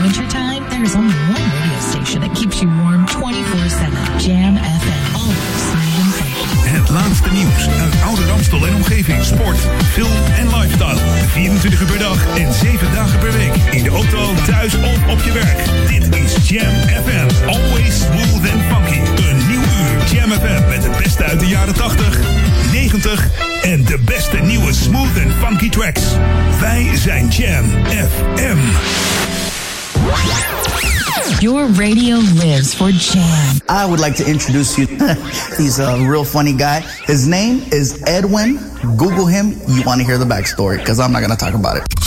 wintertime, there is only one radio station that keeps you warm 24/7. Jam FM. Always smooth and funky. Het laatste nieuws uit Oude Ramstel en omgeving. Sport, film en lifestyle. 24 uur per dag en 7 dagen per week. In de auto, thuis of op je werk. Dit is Jam FM. Always smooth and funky. Een nieuw uur Jam FM met het beste uit de jaren 80, 90 en de beste nieuwe smooth and funky tracks. Wij zijn Jam FM. Your radio lives for Jam. I would like to introduce you. He's a real funny guy. His name is Edwin. Google him. You want to hear the backstory, because I'm not going to talk about it.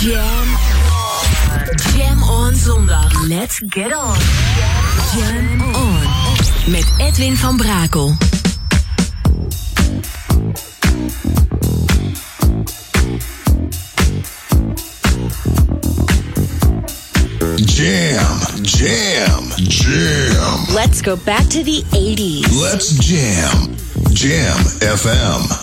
Jam on zondag. Let's get on. Jam on. Met Edwin van Brakel. Jam, jam, jam. Let's go back to the 80s. Let's jam. Jam FM.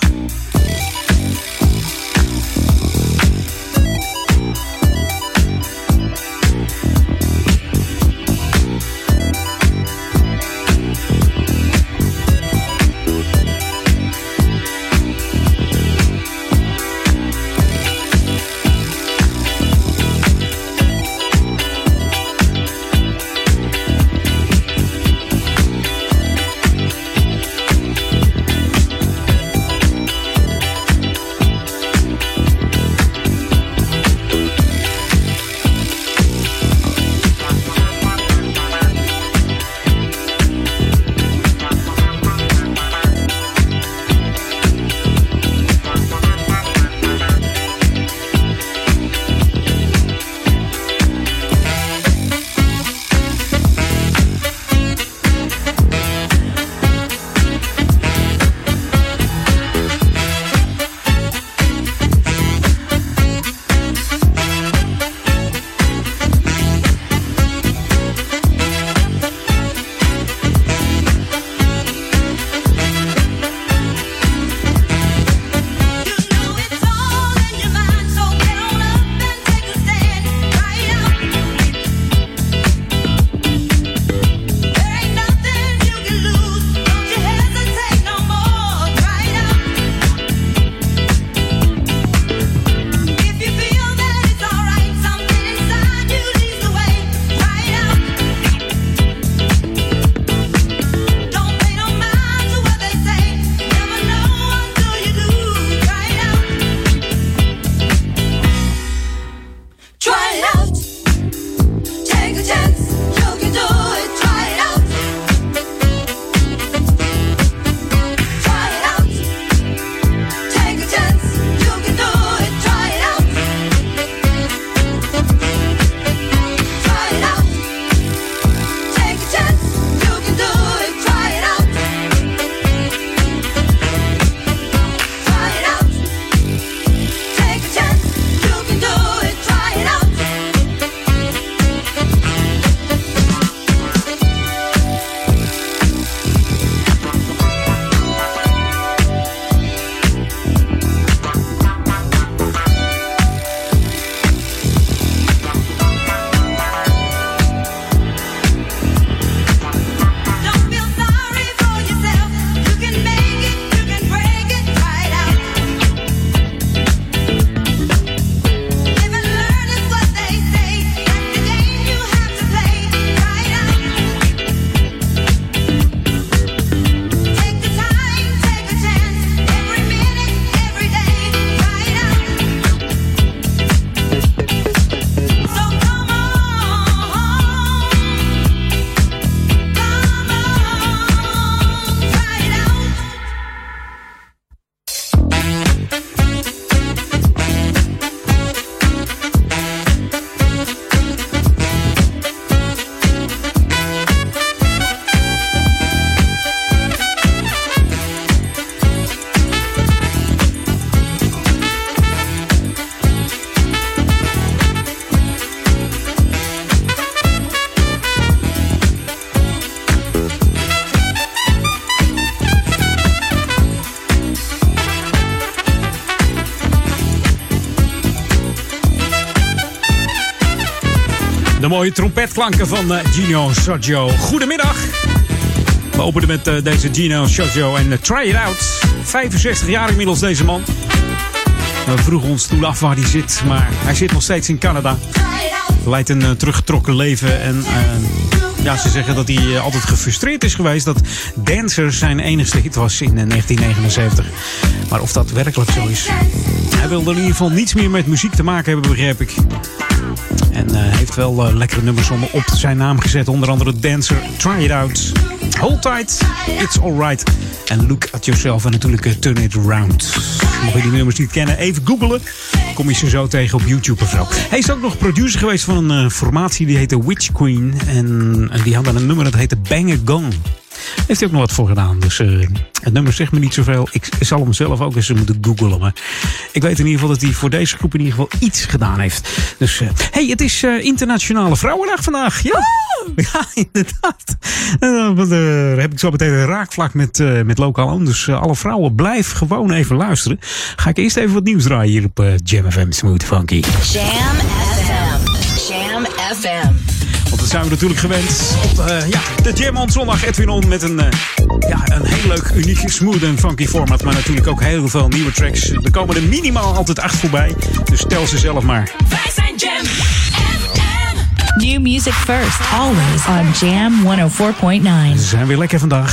De mooie trompetklanken van Gino Soggio. Goedemiddag. We openen met deze Gino Soggio en Try It Out. 65 jaar inmiddels deze man. We vroegen ons toen af waar hij zit, maar hij zit nog steeds in Canada. Leidt een teruggetrokken leven en ja, ze zeggen dat hij altijd gefrustreerd is geweest dat Dancer zijn enigste hit was in 1979. Maar of dat werkelijk zo is? Hij wilde in ieder geval niets meer met muziek te maken hebben, begrijp ik. En heeft wel lekkere nummers op zijn naam gezet. Onder andere Dancer, Try It Out, Hold Tight, It's Alright en Look at Yourself en natuurlijk Turn It Around. Mocht je die nummers niet kennen, even googlen. Kom je ze zo tegen op YouTube of zo. Hij is ook nog producer geweest van een formatie die heette Witch Queen. En die hadden een nummer dat heette Bang A Gong. Heeft hij ook nog wat voor gedaan. Dus het nummer zegt me niet zoveel. Ik zal hem zelf ook eens moeten googlen. Maar ik weet in ieder geval dat hij voor deze groep in ieder geval iets gedaan heeft. Dus hey, het is Internationale Vrouwendag vandaag. Ja, ja inderdaad. Daar heb ik zo meteen een raakvlak met Lokaal On. Dus alle vrouwen, blijf gewoon even luisteren. Ga ik eerst even wat nieuws draaien hier op Jam FM Smooth Funky. Jam FM. Jam FM. Want dat zijn we natuurlijk gewend op de Jam on zondag. Edwin On met een heel leuk, uniek, smooth en funky format. Maar natuurlijk ook heel veel nieuwe tracks. Er komen er minimaal altijd 8 voorbij. Dus tel ze zelf maar. Wij zijn Jam FM. New music first, always on Jam 104.9. Ze zijn weer lekker vandaag.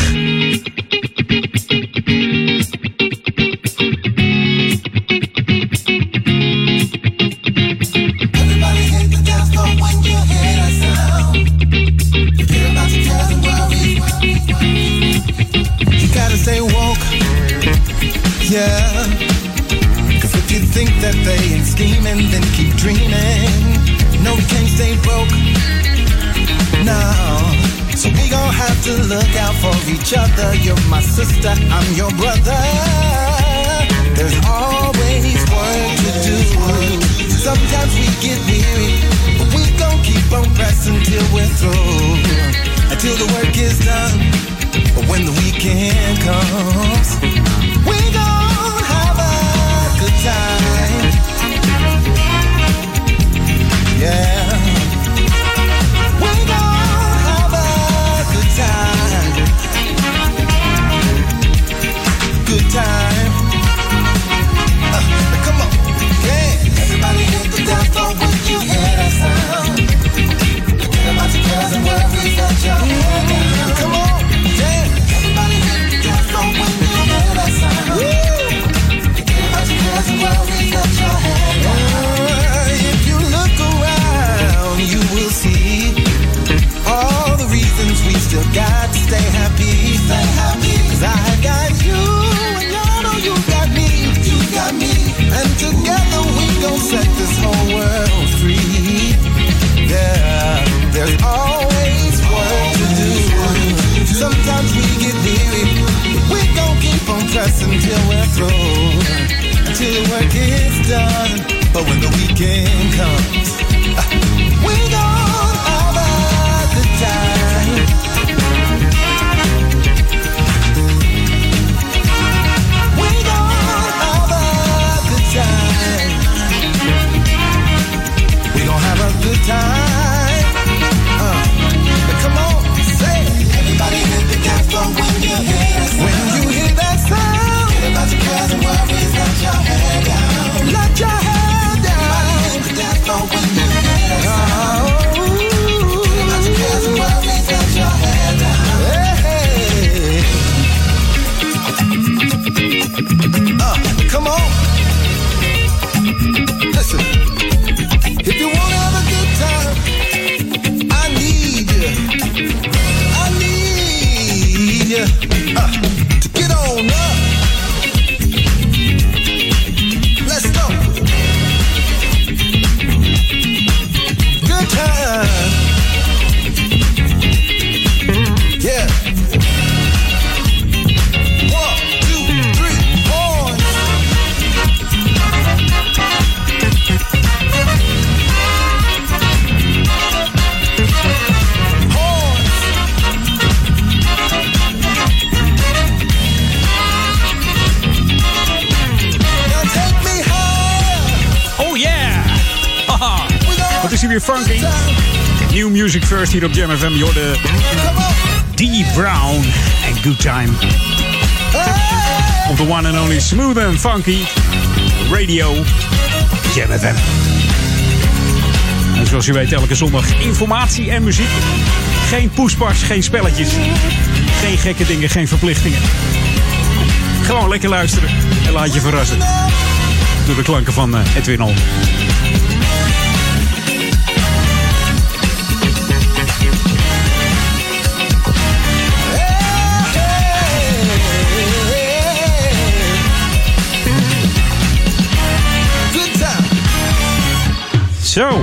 Stay woke, yeah. Cause if you think that they ain't scheming, then keep dreaming. No, we can't stay broke, no. So we gon' have to look out for each other. You're my sister, I'm your brother. There's always work to do. Sometimes we get weary, but we gon' keep on pressing till we're through. Until the work is done. But when the weekend comes, we gon' have a good time. Yeah. We gon' have a good time. Good time. Come on. Yeah. Everybody hit the dance floor when you hear that sound. Forget about your cares and worries, let your head down. Come on. If you look around, you will see all the reasons we still got to stay happy. Stay happy. 'Cause I got you, and you know you got me. You got me. And together we gon' set this whole world free. Yeah, there's always work to do. Sometimes we get weary, but we gon' keep on pressing till we're through. Until the work is done. But when the weekend comes, we gon' have a good time. We gon' have a good time. We gon' have a good time. Come on, say it. Everybody hit the dance floor when you hear that sound. When you hear that sound. Forget about your cares and worries, let your head down. Let your head down. Everybody hit the dance floor when you hear that sound. Forget about your cares and worries, let your head down. Hey. Come on. Listen. If you wanna have a good time, I need you. To get on up. Let's go. Good time. Yeah. 1, 2, 3, 4. Wat is hier weer funky? New Music First hier op Jam FM. Je hoorde Dee Brown en Good Time. Op de one and only Smooth and Funky Radio Jam FM. En zoals u weet, elke zondag informatie en muziek. Geen poespas, geen spelletjes. Geen gekke dingen, geen verplichtingen. Gewoon lekker luisteren en laat je verrassen. Door de klanken van Edwin On. Zo.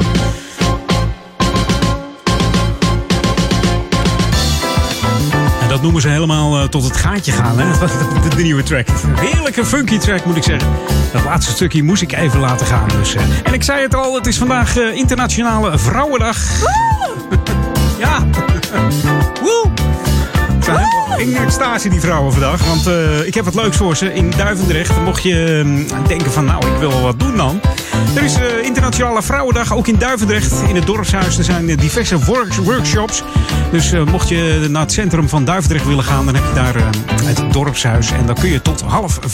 En dat noemen ze helemaal tot het gaatje gaan, hè? De nieuwe track. Een heerlijke funky track, moet ik zeggen. Dat laatste stukje moest ik even laten gaan. Dus, en ik zei het al, het is vandaag Internationale Vrouwendag. Ja. Woe! Ze zijn helemaal in extase, die vrouwen vandaag. Want ik heb wat leuks voor ze in Duivendrecht. Mocht je denken van, nou, ik wil wel wat doen dan. Er is Internationale Vrouwendag, ook in Duivendrecht, in het dorpshuis. Er zijn diverse workshops. Dus mocht je naar het centrum van Duivendrecht willen gaan, dan heb je daar het dorpshuis. En dan kun je tot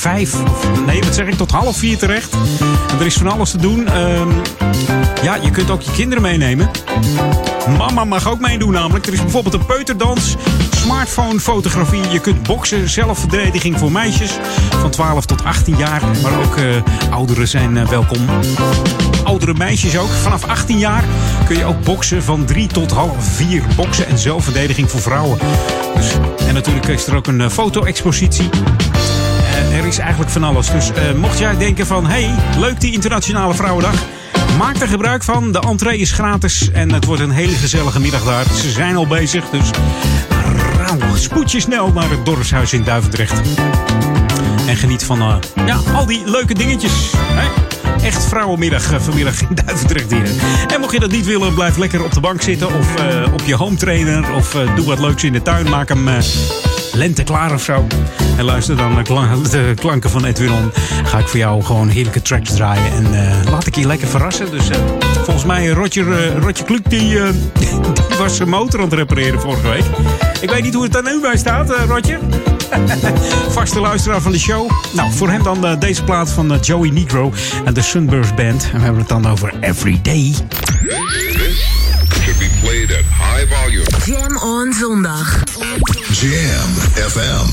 4:30 terecht. En er is van alles te doen. Ja, je kunt ook je kinderen meenemen. Mama mag ook meedoen namelijk. Er is bijvoorbeeld een peuterdans, smartphone-fotografie. Je kunt boksen, zelfverdediging voor meisjes van 12 tot 18 jaar. Maar ook ouderen zijn welkom. Oudere meisjes ook. Vanaf 18 jaar kun je ook boksen van 3 tot half 4. Boksen en zelfverdediging voor vrouwen. Dus, en natuurlijk is er ook een foto-expositie. Er is eigenlijk van alles. Dus mocht jij denken van, hey, leuk die Internationale Vrouwendag. Maak er gebruik van. De entree is gratis. En het wordt een hele gezellige middag daar. Ze zijn al bezig. Dus spoed je snel naar het dorpshuis in Duivendrecht. En geniet van al die leuke dingetjes. Hè? Echt vrouwenmiddag vanmiddag in Duivendrecht hier. En mocht je dat niet willen, blijf lekker op de bank zitten. Of op je home trainer. Of doe wat leuks in de tuin. Maak hem lente klaar of zo. En luister dan de klanken van Edwin On. Ga ik voor jou gewoon heerlijke tracks draaien. En laat ik je lekker verrassen. Dus volgens mij Rotje Kluk die was zijn motor aan het repareren vorige week. Ik weet niet hoe het er nu bij staat, Rotje. Vaste luisteraar van de show. Nou, voor hem dan deze plaat van Joey Negro en de Sunburst Band. En we hebben het dan over Everyday. Should be played at high volume. Jam on zondag. Jam FM.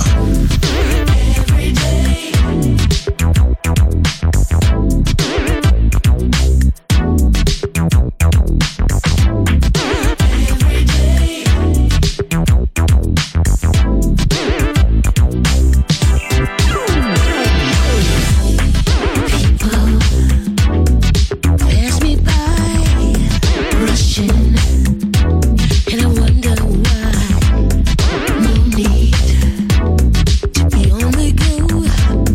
And I wonder why. No need to be on the go.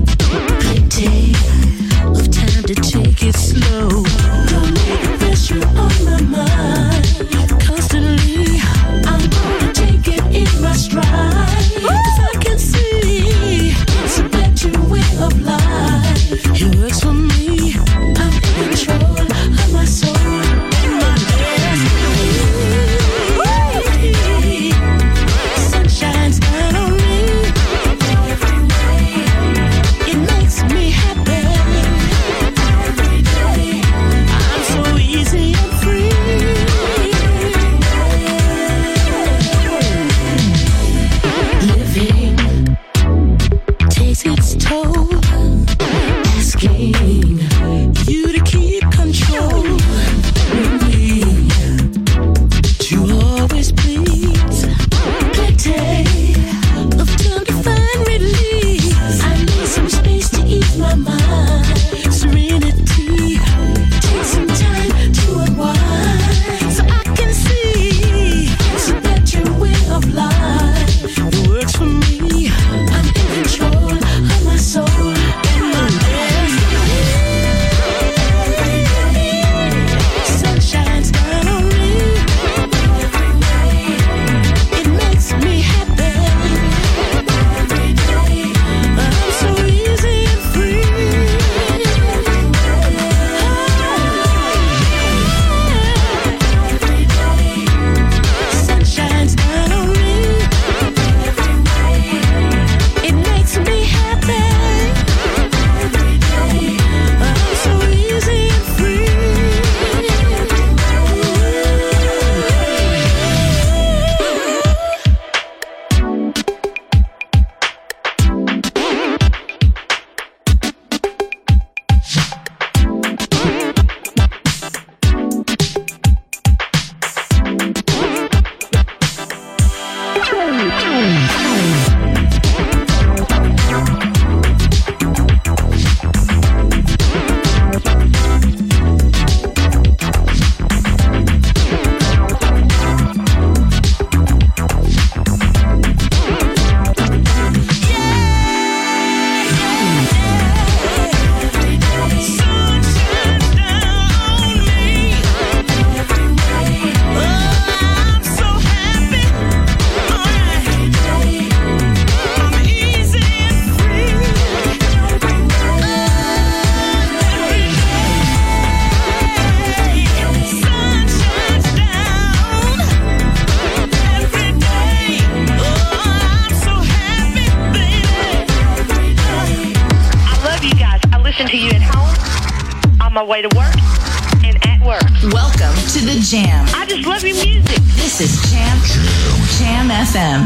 my way to work and at work. Welcome to the Jam. I just love your music. This is Jam FM.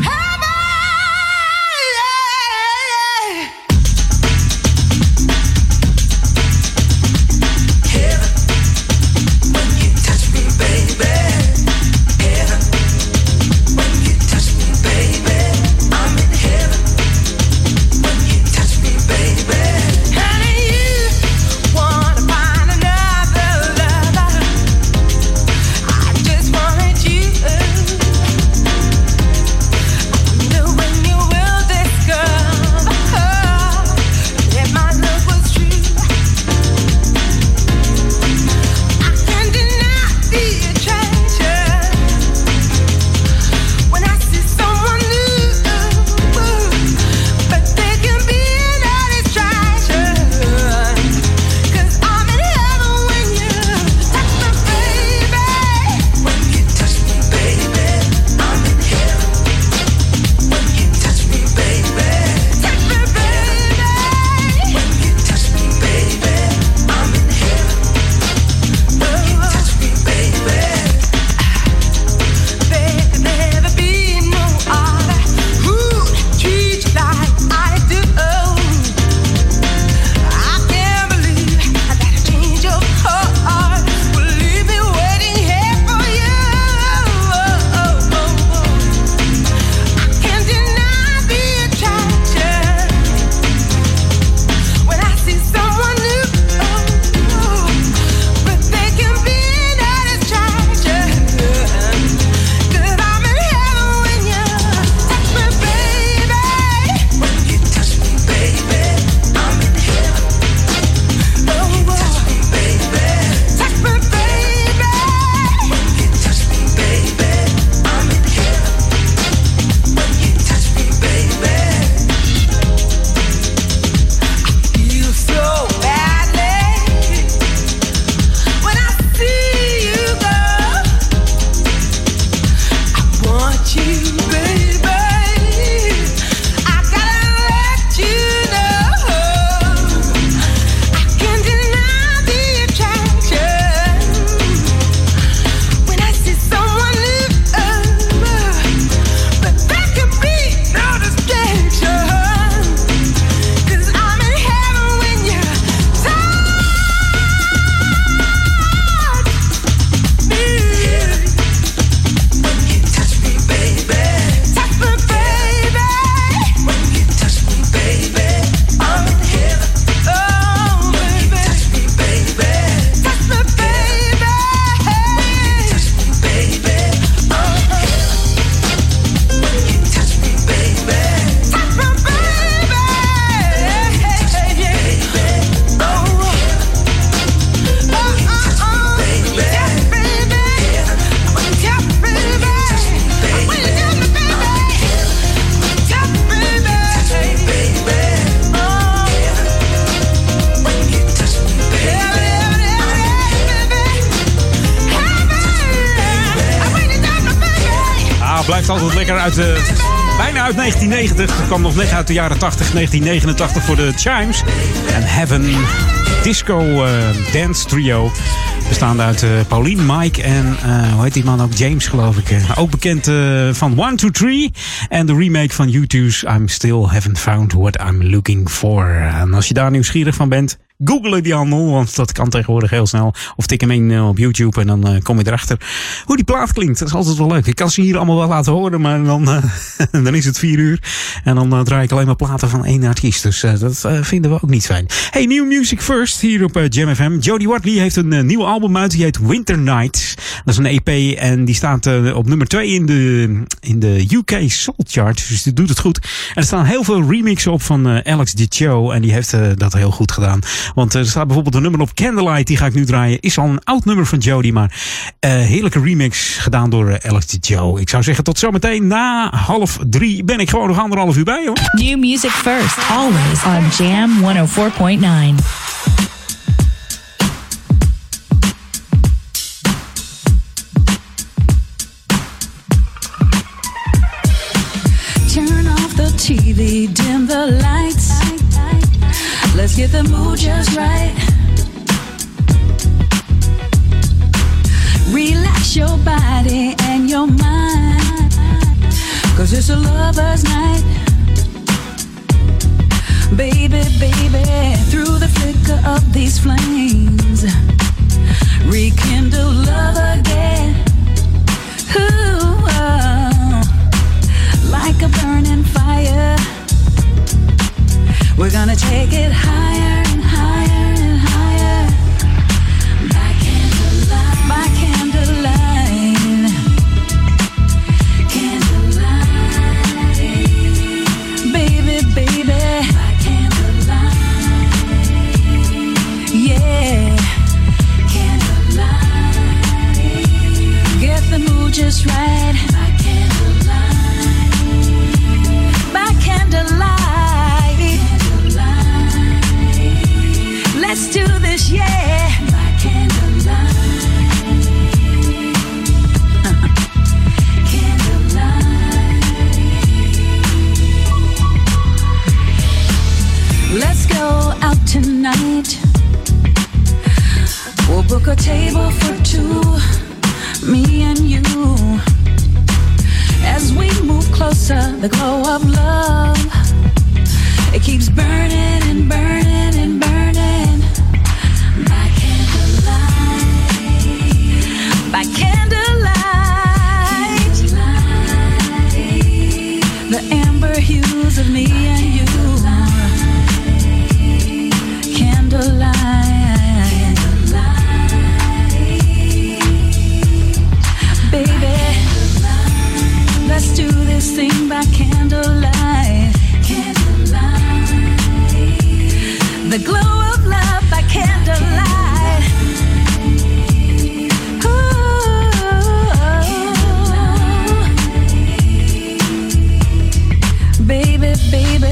Blijft altijd lekker uit bijna uit 1990. Het kwam nog net uit de jaren 80, 1989 voor de Chimes. En Heaven Disco Dance Trio. Bestaande uit Pauline, Mike en hoe heet die man ook? James, geloof ik. Ook bekend van 1, 2, 3. En de remake van U2's I'm Still Haven't Found What I'm Looking For. En als je daar nieuwsgierig van bent, google die handel, want dat kan tegenwoordig heel snel. Of tik hem in op YouTube en dan kom je erachter hoe die plaat klinkt. Dat is altijd wel leuk. Ik kan ze hier allemaal wel laten horen, maar dan is het 4 uur. En dan draai ik alleen maar platen van 1 artiest. Dus dat vinden we ook niet fijn. Hey, New Music First hier op Jam FM. Jody Watley heeft een nieuw album uit. Die heet Winter Nights. Dat is een EP en die staat op nummer 2 in de UK Soul Chart. Dus die doet het goed. En er staan heel veel remixen op van Alex Dicho. En die heeft dat heel goed gedaan. Want er staat bijvoorbeeld een nummer op Candlelight. Die ga ik nu draaien. Is al een oud nummer van Jody. Maar heerlijke remix gedaan door Alex Dicho. Ik zou zeggen tot zometeen na 2:30 ben ik gewoon nog 1,5 uur bij, hoor. New music first. Always on Jam 104.9. Turn off the TV, dim the lights. Let's get the mood just right. Relax your body and your mind, 'cause it's a lover's night. Baby, baby, through the flicker of these flames, rekindle love again. Ooh, oh, like a burning fire, we're gonna take it higher and higher and higher. By candlelight, by candlelight, candlelight, baby, baby, by candlelight, yeah, candlelight, get the mood just right. By candlelight, by candlelight. Let's do this, yeah. By candlelight, candlelight. Let's go out tonight. We'll book a table for two, me and you. As we move closer, the glow of love, it keeps burning and burning and burning. By candlelight, by candlelight, the amber hues of me and you. Candlelight, baby, let's do this thing by candlelight. The glow of love by candlelight. Ooh, baby, baby.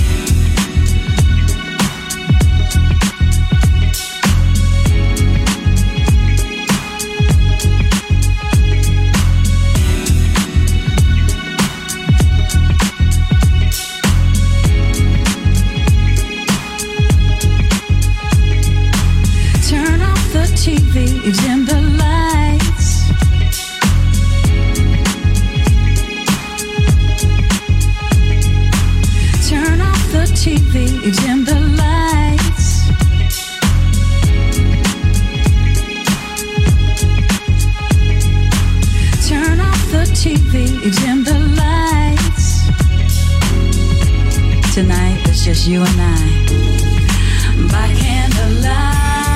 TVs and the lights. Turn off the TVs and the lights. Turn off the TVs and the lights. Tonight it's just you and I. By candlelight.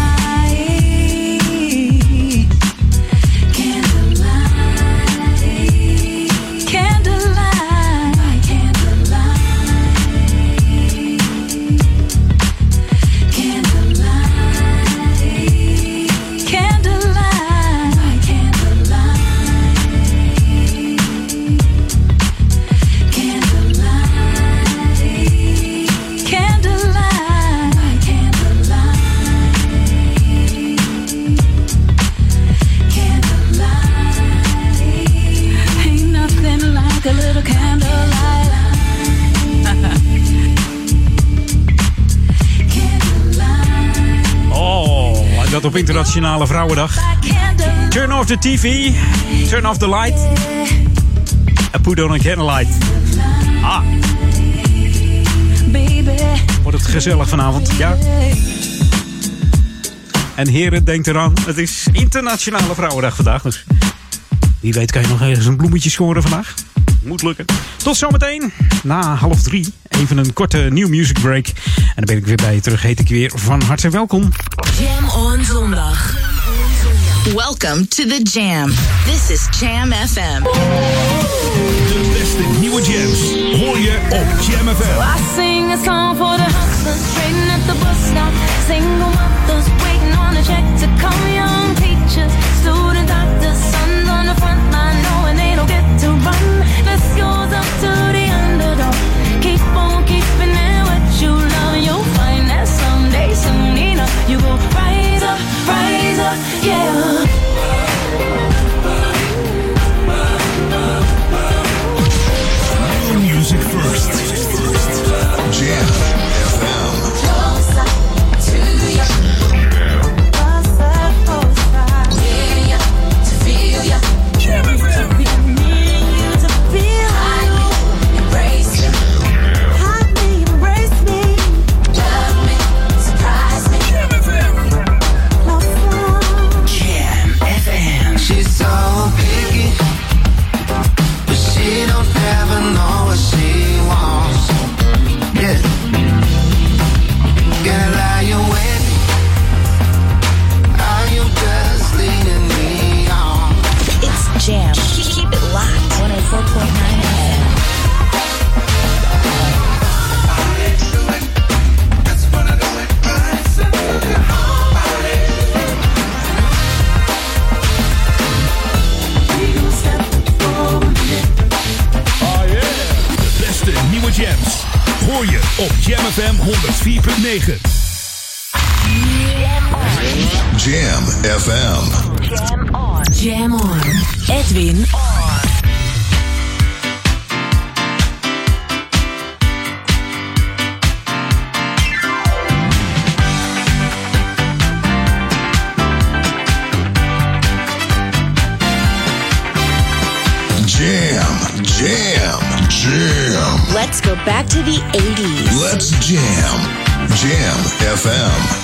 Op Internationale Vrouwendag. Turn off the TV, turn off the light, and put on a candlelight. Ah. Wordt het gezellig vanavond, ja. En heren, denk eraan, het is Internationale Vrouwendag vandaag. Dus wie weet kan je nog ergens een bloemetje scoren vandaag. Moet lukken. Tot zometeen, na 2:30. Even een korte new music break. En dan ben ik weer bij je terug. Heet ik weer van harte welkom. Jam on zondag. Welcome to the Jam. This is Jam FM. De beste nieuwe jams hoor je op Jam FM. So I sing a song for the hustlers trading at the bus stop. Single mothers waiting on a check to come. Young teachers, student doctors, sons on the front line knowing they don't get to run. This goes up to the underdog. Keep on keeping it what you love. You'll find that someday, soon enough, you will rise up, yeah. Music first. Jam FM. Closer to you. Yeah, to op Jam FM 104.9. Jam FM. Jam on. Jam on. Edwin on. Jam, jam, jam. Let's go back to the 80s. Let's jam. Jam FM.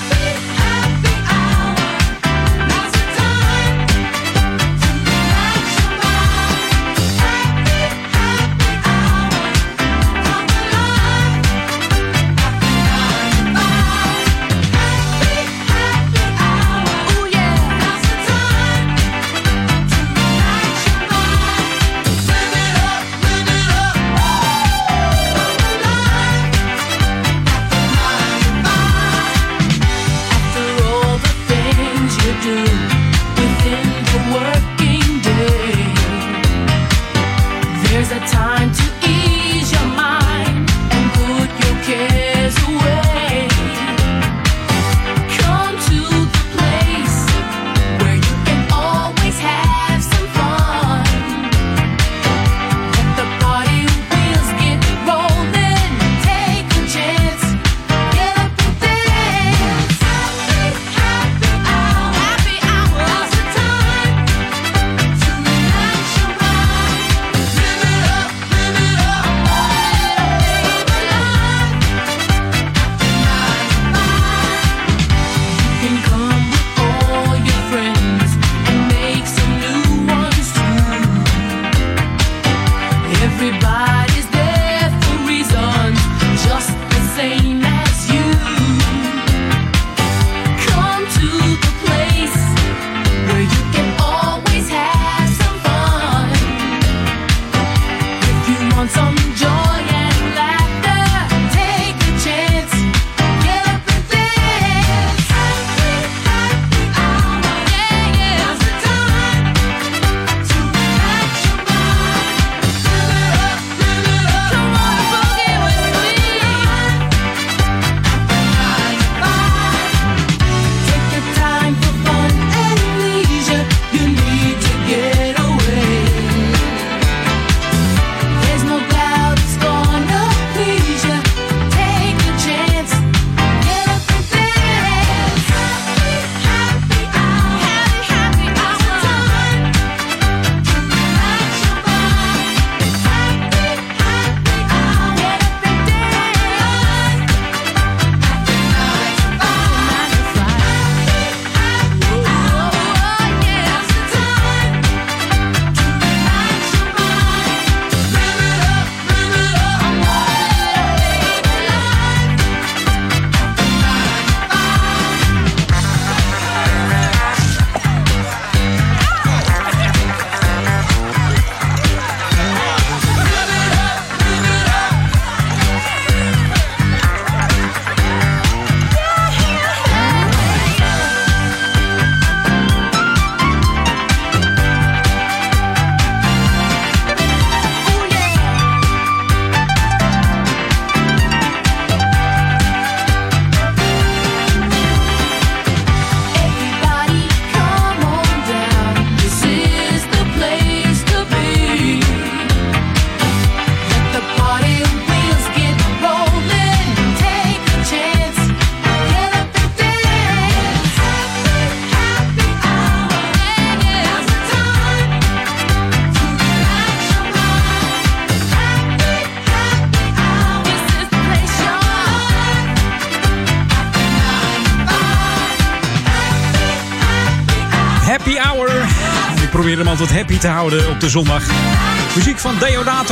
Probeer hem altijd happy te houden op de zondag. Muziek van Deodato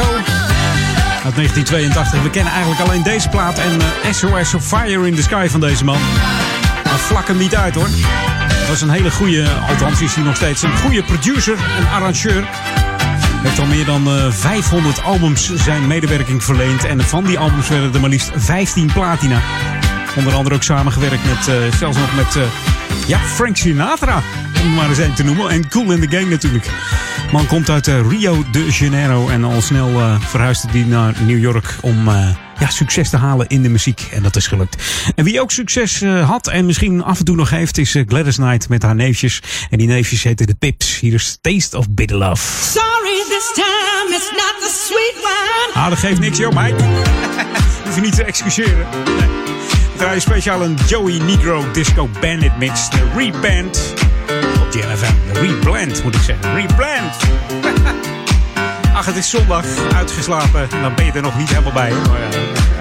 uit 1982. We kennen eigenlijk alleen deze plaat en SOS of Fire in the Sky van deze man. Maar vlak hem niet uit hoor. Het was een hele goede, althans is hij nog steeds een goede producer en arrangeur. Heeft al meer dan 500 albums zijn medewerking verleend. En van die albums werden er maar liefst 15 platina. Onder andere ook samengewerkt met, zelfs nog met Frank Sinatra. Om maar eens een te noemen. En Kool and the Gang natuurlijk. Man komt uit Rio de Janeiro. En al snel verhuisde hij naar New York om succes te halen in de muziek. En dat is gelukt. En wie ook succes had en misschien af en toe nog heeft, is Gladys Knight met haar neefjes. En die neefjes heten de Pips. Hier is Taste of Bitter Love. Sorry, this time it's not the sweet one. Dat geeft niks, joh, meid. Hoef je niet te excuseren. Nee. We draaien speciaal een Joey Negro Disco Bandit mix. De Reband. Op JMFM. De Reblend, moet ik zeggen. Reblend. Ach, het is zondag. Uitgeslapen. Dan ben je er nog niet helemaal bij. Maar ja.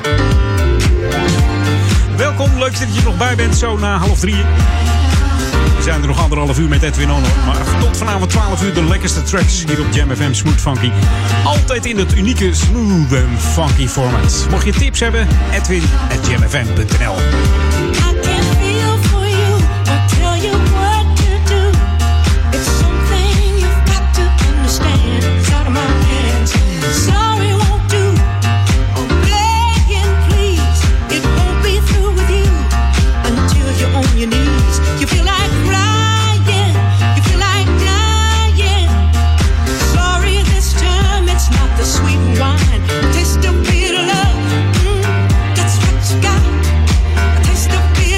Welkom. Leuk dat je er nog bij bent. Zo na 2:30. We zijn er nog 1,5 uur met Edwin On. Maar tot vanavond 12 uur de lekkerste tracks hier op Jam FM Smooth Funky. Altijd in het unieke smooth and funky format. Mocht je tips hebben, edwin@jamfm.nl. Taste of bitter love, that's what you got. A taste of bitter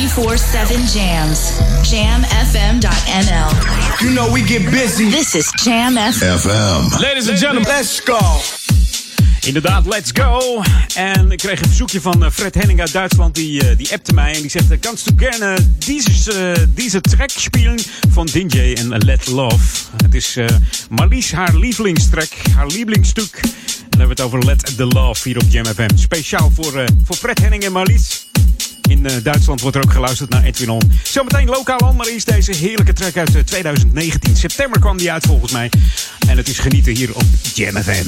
24/7 jams. JamFM.nl. You know we get busy. This is Jam FM. Ladies and gentlemen, let's go. Inderdaad, let's go. En ik kreeg een verzoekje van Fred Henning uit Duitsland. Die appte mij en die zegt... Kannst du gerne deze track spelen van DJ en Let Love. Het is Marlies haar lievelingstrack, haar lievelingsstuk. En dan hebben we het over Let the Love hier op Jam FM. Speciaal voor Fred Henning en Marlies. In Duitsland wordt er ook geluisterd naar Edwin On. Zometeen lokaal on, maar eerst deze heerlijke track uit 2019. September kwam die uit volgens mij. En het is genieten hier op Jam FM.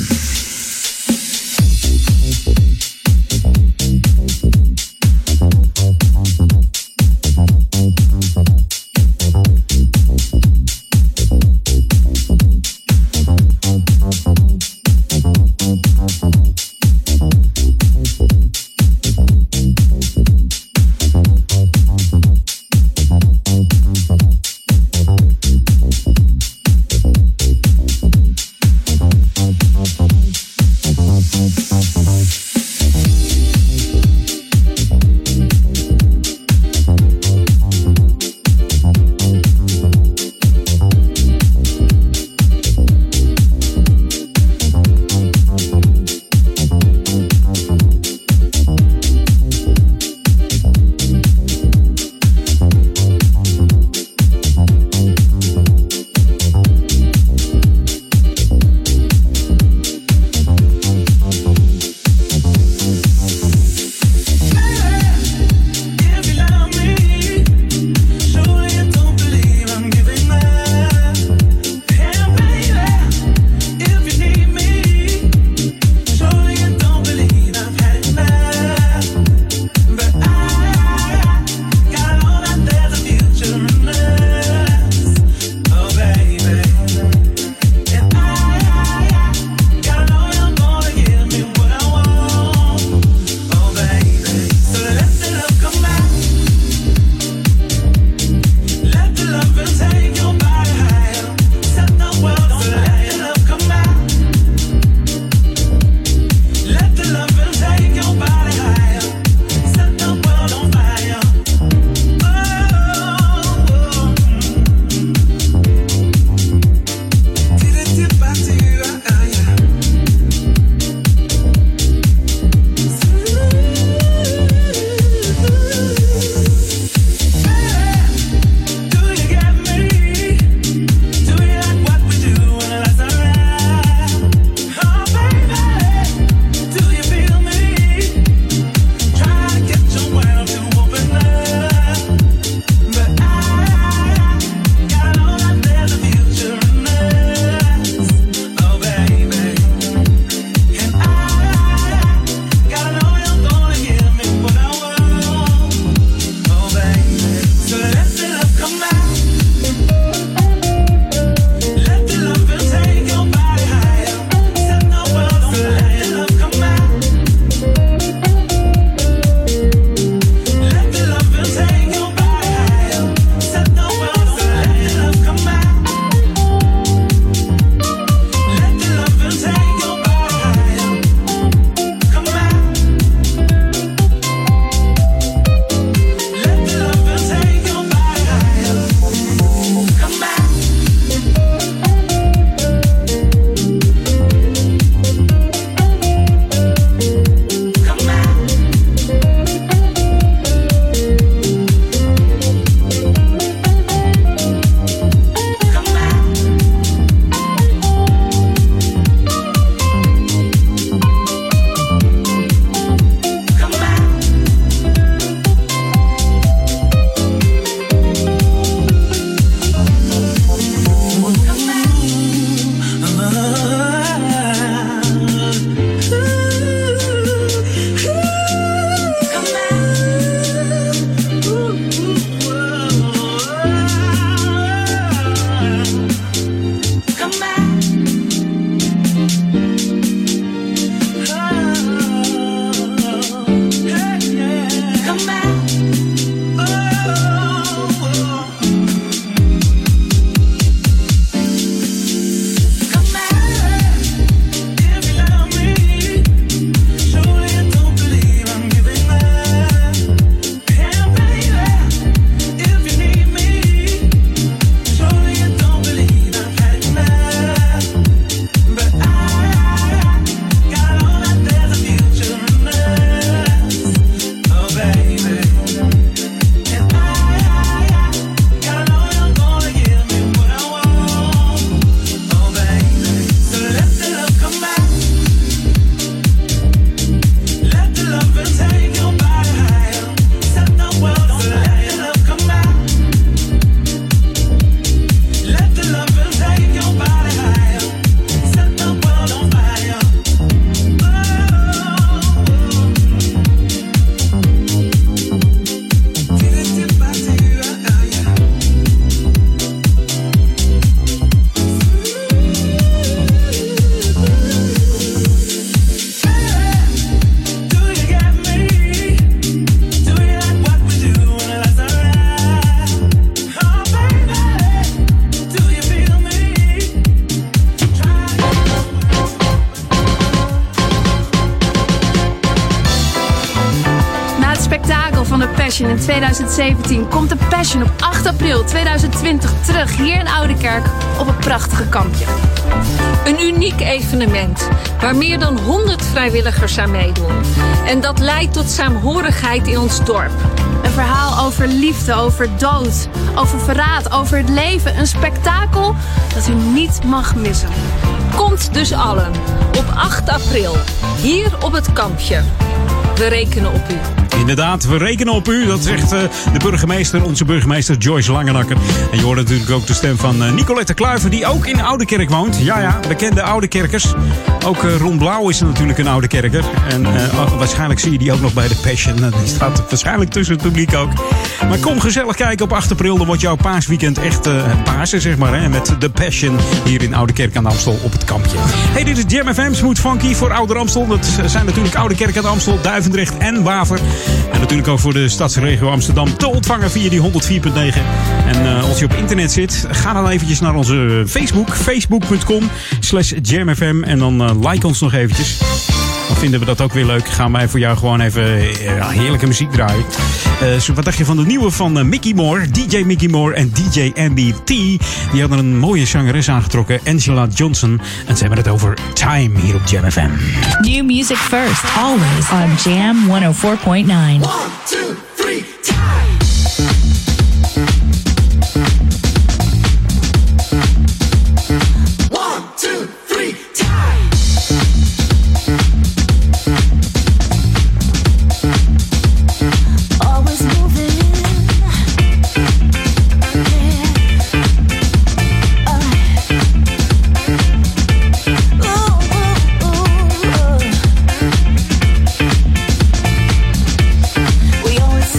spektakel van de Passion in 2017 komt de Passion op 8 april 2020 terug hier in Oudekerk op een prachtige kampje. Een uniek evenement waar meer dan 100 vrijwilligers aan meedoen. En dat leidt tot saamhorigheid in ons dorp. Een verhaal over liefde, over dood, over verraad, over het leven. Een spektakel dat u niet mag missen. Komt dus allen op 8 april hier op het kampje. We rekenen op u. Inderdaad, we rekenen op u. Dat zegt de burgemeester, onze burgemeester Joyce Langenakker. En je hoort natuurlijk ook de stem van Nicolette Kluiver, die ook in Oudekerk woont. Ja, bekende Oudekerkers. Ook Ron Blauw is natuurlijk een Oudekerker. En waarschijnlijk zie je die ook nog bij de Passion. Die staat waarschijnlijk tussen het publiek ook. Maar kom gezellig kijken op 8 april. Dan wordt jouw paasweekend echt Pasen, zeg maar. Hè, met de Passion hier in Oudekerk aan de Amstel op het kampje. Hey, dit is Jam FM, Smooth Funky voor Ouder Amstel. Dat zijn natuurlijk Oudekerk aan de Amstel, Duivendrecht en Waver. En natuurlijk ook voor de stadsregio Amsterdam te ontvangen via die 104.9. En als je op internet zit, ga dan eventjes naar onze Facebook. Facebook.com/JamFM. En dan like ons nog eventjes. Dan vinden we dat ook weer leuk. Gaan wij voor jou gewoon even heerlijke muziek draaien. Wat dacht je van de nieuwe van Mickey Moore, DJ Mickey Moore en DJ MBT? Die hadden een mooie zangeres aangetrokken, Angela Johnson. En ze hebben het over Time hier op Jam FM. New music first, always on Jam 104.9. 1, 2, 3, time! We always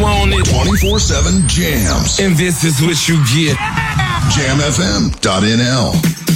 want it. 24/7 jams. And this is what you get. JamFM.nl.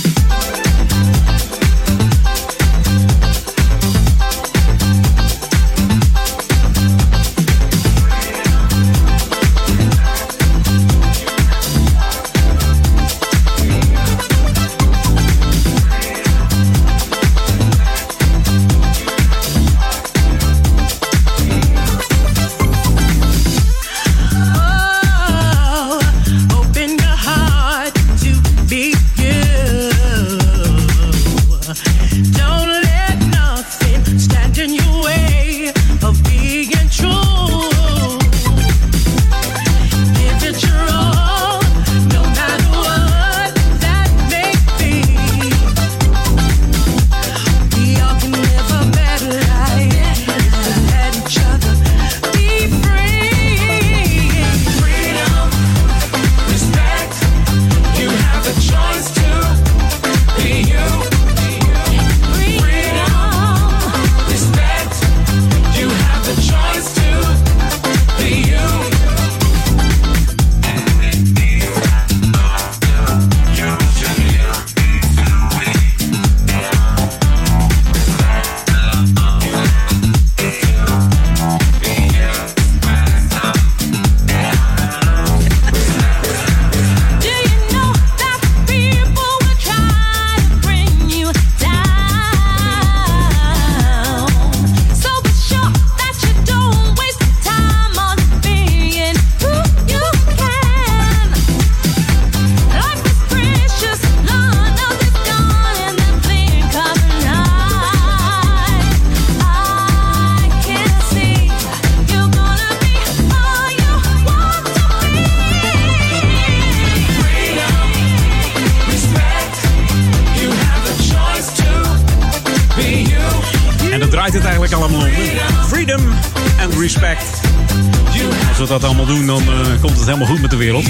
Helemaal goed met de wereld.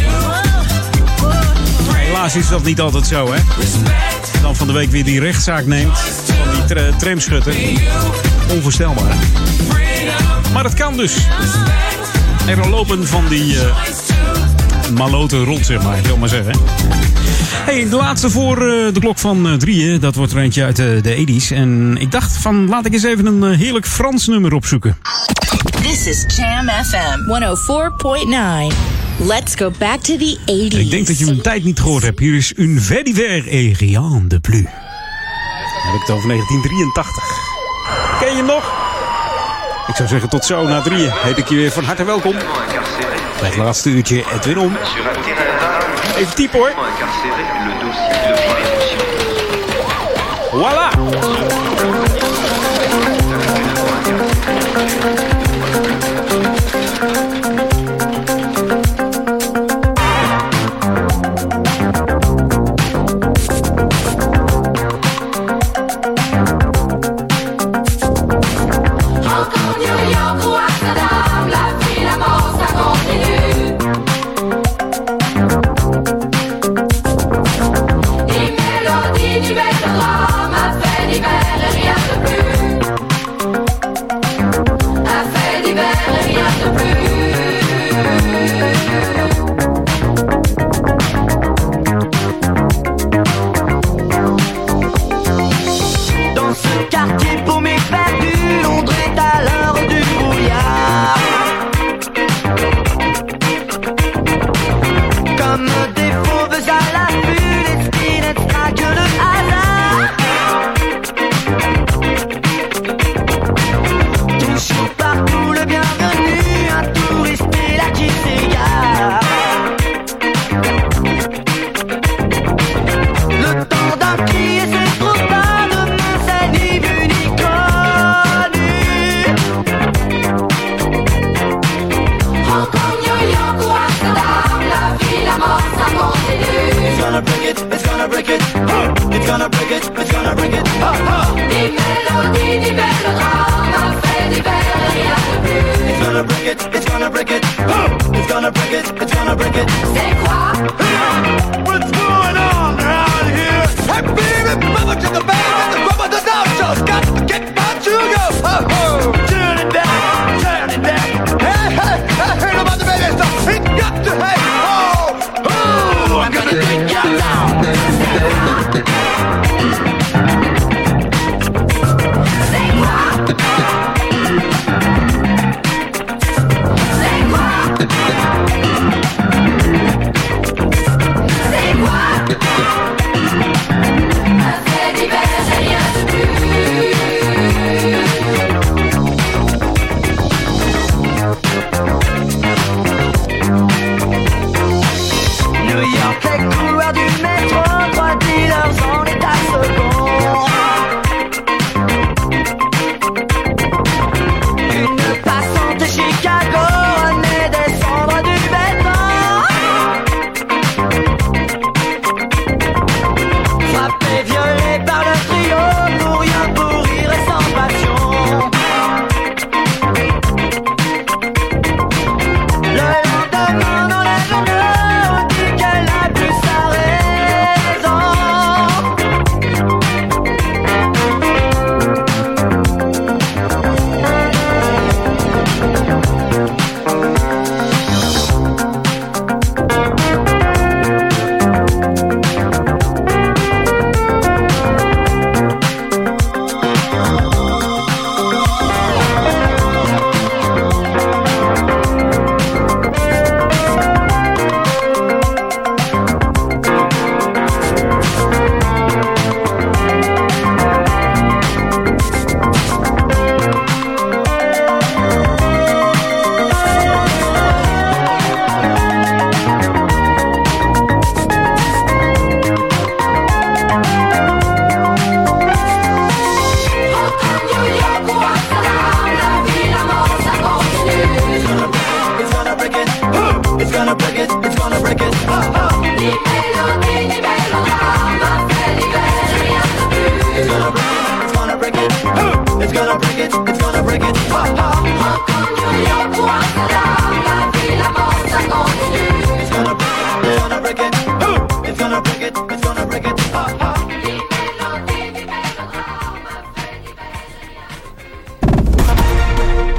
Maar helaas is dat niet altijd zo, hè? Dan van de week weer die rechtszaak neemt van die tramschutter. Onvoorstelbaar. Maar dat kan dus. Er lopen van die maloten rond, zeg maar. Ik wil maar zeggen. Hey, de laatste voor de klok van 3. Dat wordt er eentje uit de 80's. En ik dacht van, laat ik eens even een heerlijk Frans nummer opzoeken. This is Jam FM 104.9. Let's go back to the 80s. Ik denk dat je hem een tijd niet gehoord hebt. Hier is Un fait divers et rien de plus. Dan heb ik het over 1983. Ken je hem nog? Ik zou zeggen tot zo na 3. Heet ik je weer van harte welkom. Bij het laatste uurtje Edwin On. Even typen hoor. Voilà. What's going on around here? Hey baby, mama to the bag with the rubber, the no-shows. Got to get my sugar. Oh, turn it down, turn it down. Hey, hey, hey,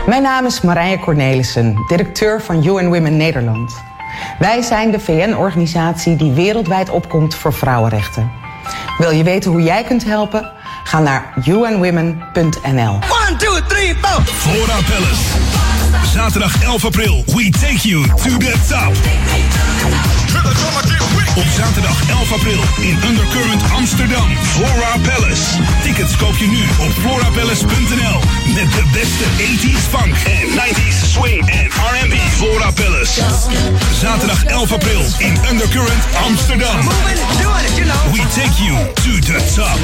Mijn naam is Marije Cornelissen, directeur van UN Women Nederland. Wij zijn de VN-organisatie die wereldwijd opkomt voor vrouwenrechten. Wil je weten hoe jij kunt helpen? Ga naar unwomen.nl. 1, 2, 3, 4. Flora Palace. Zaterdag 11 april. We take you to the top. Op zaterdag 11 april in Undercurrent Amsterdam. Flora Palace. Tickets koop je nu op florapalace.nl. Met de beste 80s funk en 90s swing en R&B. Flora Palace. Zaterdag 11 april in Undercurrent Amsterdam. We take you to the top.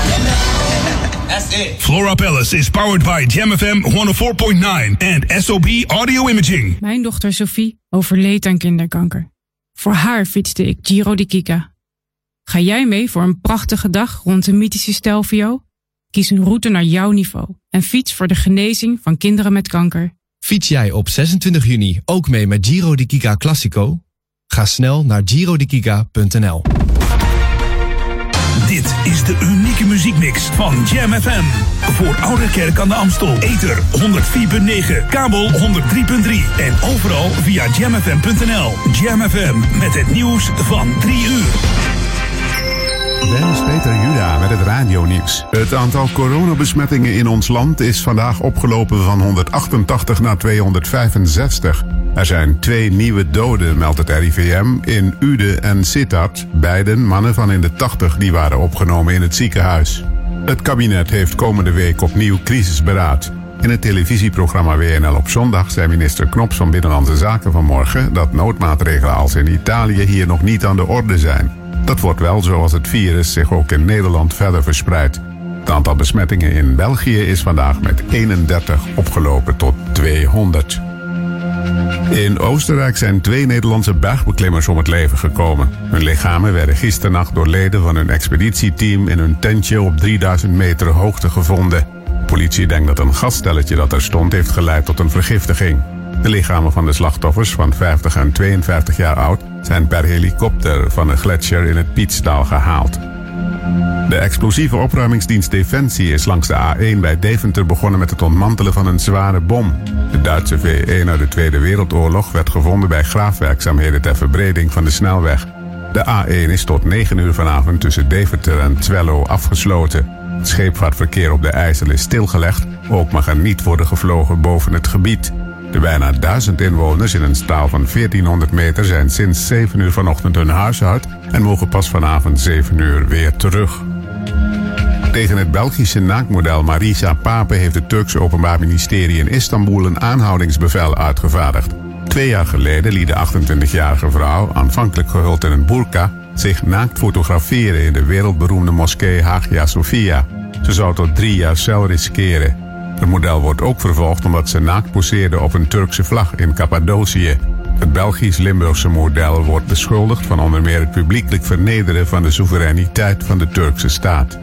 Flora Palace is powered by Jam FM 104.9 and SOB Audio Imaging. Mijn dochter Sophie overleed aan kinderkanker. Voor haar fietste ik Giro di Kika. Ga jij mee voor een prachtige dag rond de mythische Stelvio? Kies een route naar jouw niveau en fiets voor de genezing van kinderen met kanker. Fiets jij op 26 juni ook mee met Giro di Kika Classico? Ga snel naar girodikika.nl. Dit is de unieke muziekmix van Jam FM. Voor Ouderkerk aan de Amstel. Ether 104.9, kabel 103.3 en overal via jamfm.nl. Jam FM met het nieuws van 3 uur. Dennis Peter Juda met het radionieuws. Het aantal coronabesmettingen in ons land is vandaag opgelopen van 188 naar 265. Er zijn 2 nieuwe doden, meldt het RIVM, in Uden en Sittard. Beiden mannen van in de 80 die waren opgenomen in het ziekenhuis. Het kabinet heeft komende week opnieuw crisisberaad. In het televisieprogramma WNL op zondag zei minister Knops van Binnenlandse Zaken vanmorgen dat noodmaatregelen als in Italië hier nog niet aan de orde zijn. Dat wordt wel zo als het virus zich ook in Nederland verder verspreidt. Het aantal besmettingen in België is vandaag met 31 opgelopen tot 200. In Oostenrijk zijn 2 Nederlandse bergbeklimmers om het leven gekomen. Hun lichamen werden gisternacht door leden van hun expeditieteam in hun tentje op 3000 meter hoogte gevonden. De politie denkt dat een gasstelletje dat er stond heeft geleid tot een vergiftiging. De lichamen van de slachtoffers van 50 en 52 jaar oud zijn per helikopter van een gletsjer in het Pietsdal gehaald. De explosieve opruimingsdienst Defensie is langs de A1 bij Deventer begonnen met het ontmantelen van een zware bom. De Duitse V1 uit de Tweede Wereldoorlog werd gevonden bij graafwerkzaamheden ter verbreding van de snelweg. De A1 is tot 9 uur vanavond tussen Deventer en Twello afgesloten. Het scheepvaartverkeer op de IJssel is stilgelegd, ook mag er niet worden gevlogen boven het gebied. De bijna 1000 inwoners in een straal van 1400 meter zijn sinds 7 uur vanochtend hun huis uit en mogen pas vanavond 7 uur weer terug. Tegen het Belgische naaktmodel Marisa Pape heeft het Turkse Openbaar Ministerie in Istanbul een aanhoudingsbevel uitgevaardigd. 2 jaar geleden liet de 28-jarige vrouw, aanvankelijk gehuld in een burka, zich naakt fotograferen in de wereldberoemde moskee Hagia Sophia. Ze zou tot 3 jaar cel riskeren. Het model wordt ook vervolgd omdat ze naakt poseerde op een Turkse vlag in Cappadocië. Het Belgisch-Limburgse model wordt beschuldigd van onder meer het publiekelijk vernederen van de soevereiniteit van de Turkse staat.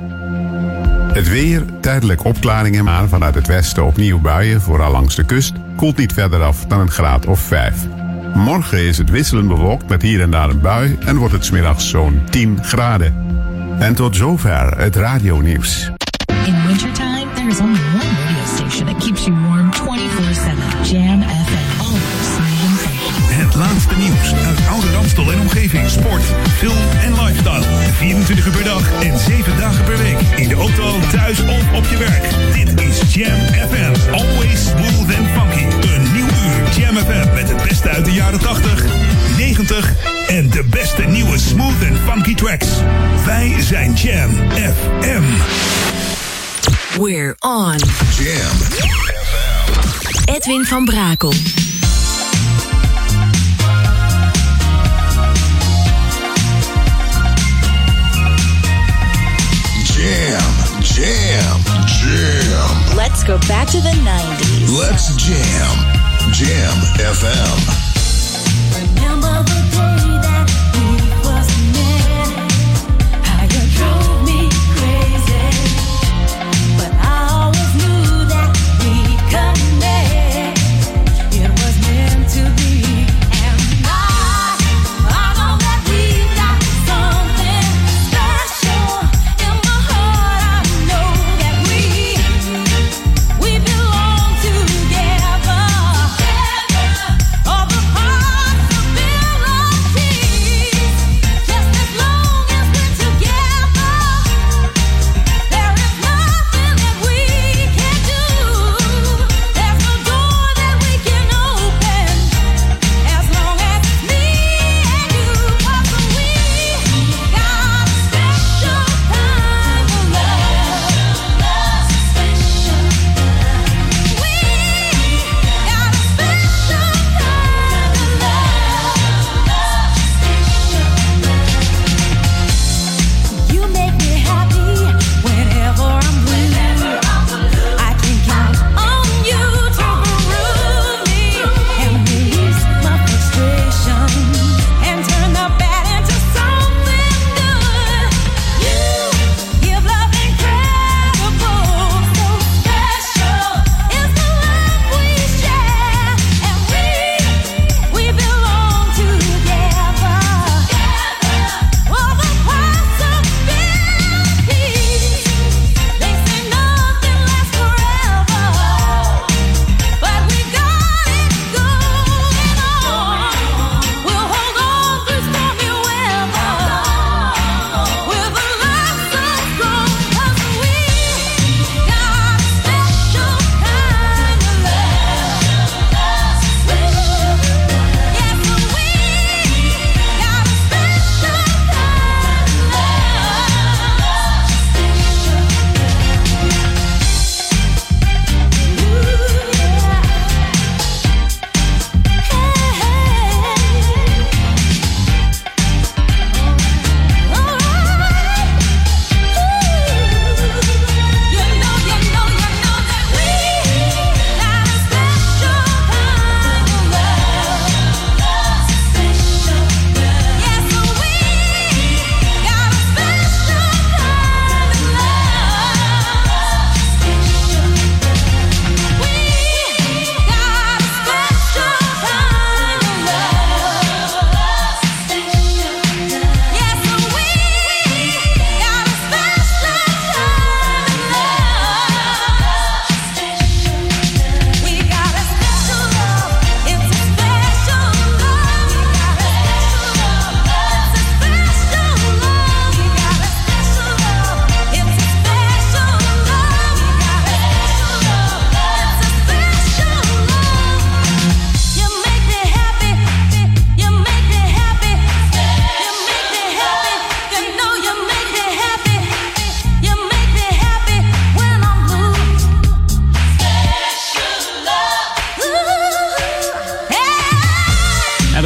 Het weer, tijdelijk opklaringen, maar vanuit het westen opnieuw buien, vooral langs de kust, koelt niet verder af dan een graad of 5. Morgen is het wisselend bewolkt met hier en daar een bui en wordt het 's middags zo'n 10 graden. En tot zover het radionieuws. In wintertime, there is only one radio station that keeps you warm 24/7. Jam FM. Always smooth and funky. Het laatste nieuws uit Oude Amstel en omgeving. Sport, film en lifestyle. 24 uur per dag en 7 dagen per week. In de auto, thuis of op je werk. Dit is Jam FM. Always smooth and funky. Een nieuw uur Jam FM met het beste uit de jaren 80, 90 en de beste nieuwe smooth and funky tracks. Wij zijn Jam FM. We're on. Jam FM. Edwin van Brakel. Jam. Let's go back to the 90s. Let's jam. Jam FM. Remember the day that we was met, how you drove me crazy, but I always knew that we connect. It was meant to be, and I know that we got something special in my heart. I know that we belong together.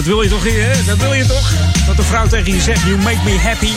wil je toch, hè? Dat wil je toch? Dat een vrouw tegen je zegt, you make me happy.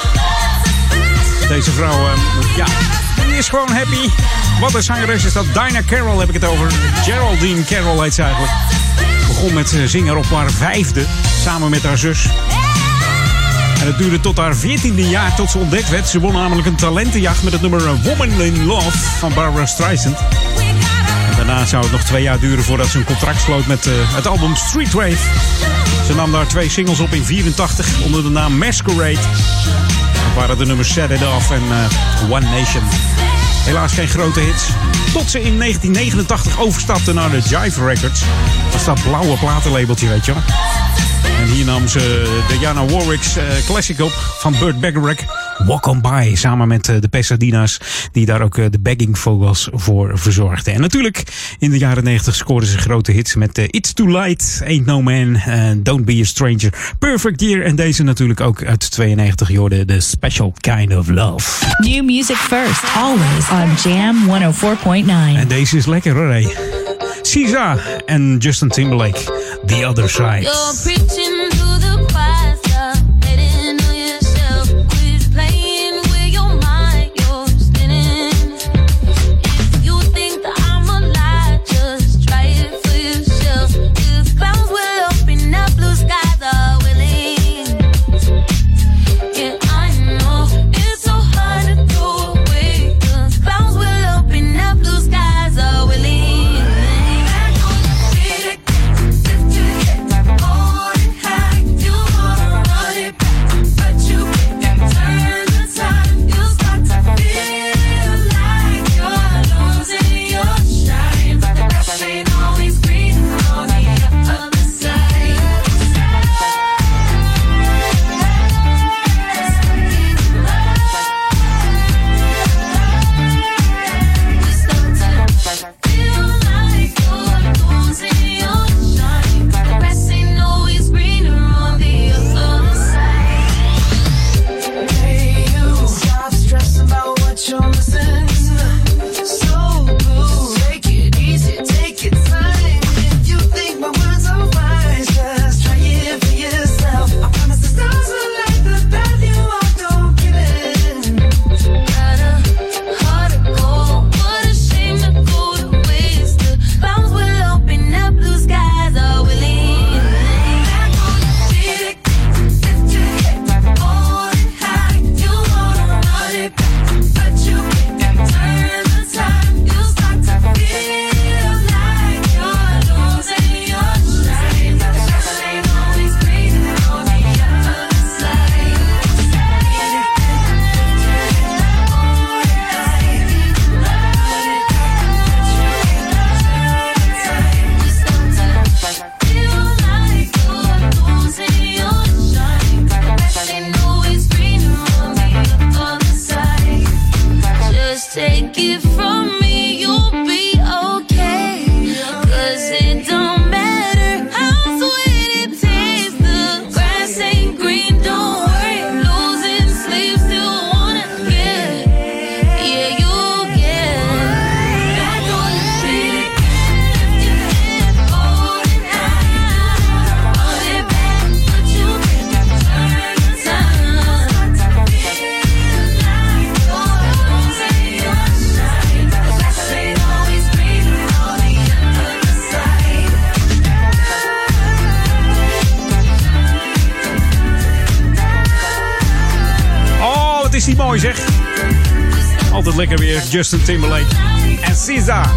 Deze vrouw, die is gewoon happy. Wat een zangeres is dat. Dinah Carroll heb ik het over. Geraldine Carroll heet ze eigenlijk. Begon met zingen op haar 5e, samen met haar zus. En het duurde tot haar 14e jaar tot ze ontdekt werd. Ze won namelijk een talentenjacht met het nummer Woman in Love van Barbra Streisand. En daarna zou het nog 2 jaar duren voordat ze een contract sloot met het album Street Wave. Ze nam daar 2 singles op in 84 onder de naam Masquerade. Dat waren de nummers Set It Off en One Nation. Helaas geen grote hits. Tot ze in 1989 overstapte naar de Jive Records. Dat is dat blauwe platenlabeltje, weet je wel. En hier nam ze Diana Warwick's classic op van Burt Bacharach, Walk On By, samen met de Pasadena's, die daar ook de backing vocals voor verzorgden. En natuurlijk, in de jaren 90 scoorden ze grote hits met It's Too Light, Ain't No Man, Don't Be A Stranger, Perfect Year en deze natuurlijk ook uit 92, je hoorde The Special Kind of Love. New music first, always on Jam 104.9. En deze is lekker hoor, hé. SZA en Justin Timberlake, The Other Side. You're preaching to the choir, stop betting on yourself. Quit playing with your mind, you're spinning. If you think that I'm a lie, just try it for yourself. If clouds will open up, blue skies are willing. Yeah, I know it's so hard to go away. 'Cause clouds will open up, blue skies are willing. Is die mooi zeg. Altijd lekker weer Justin Timberlake en SZA.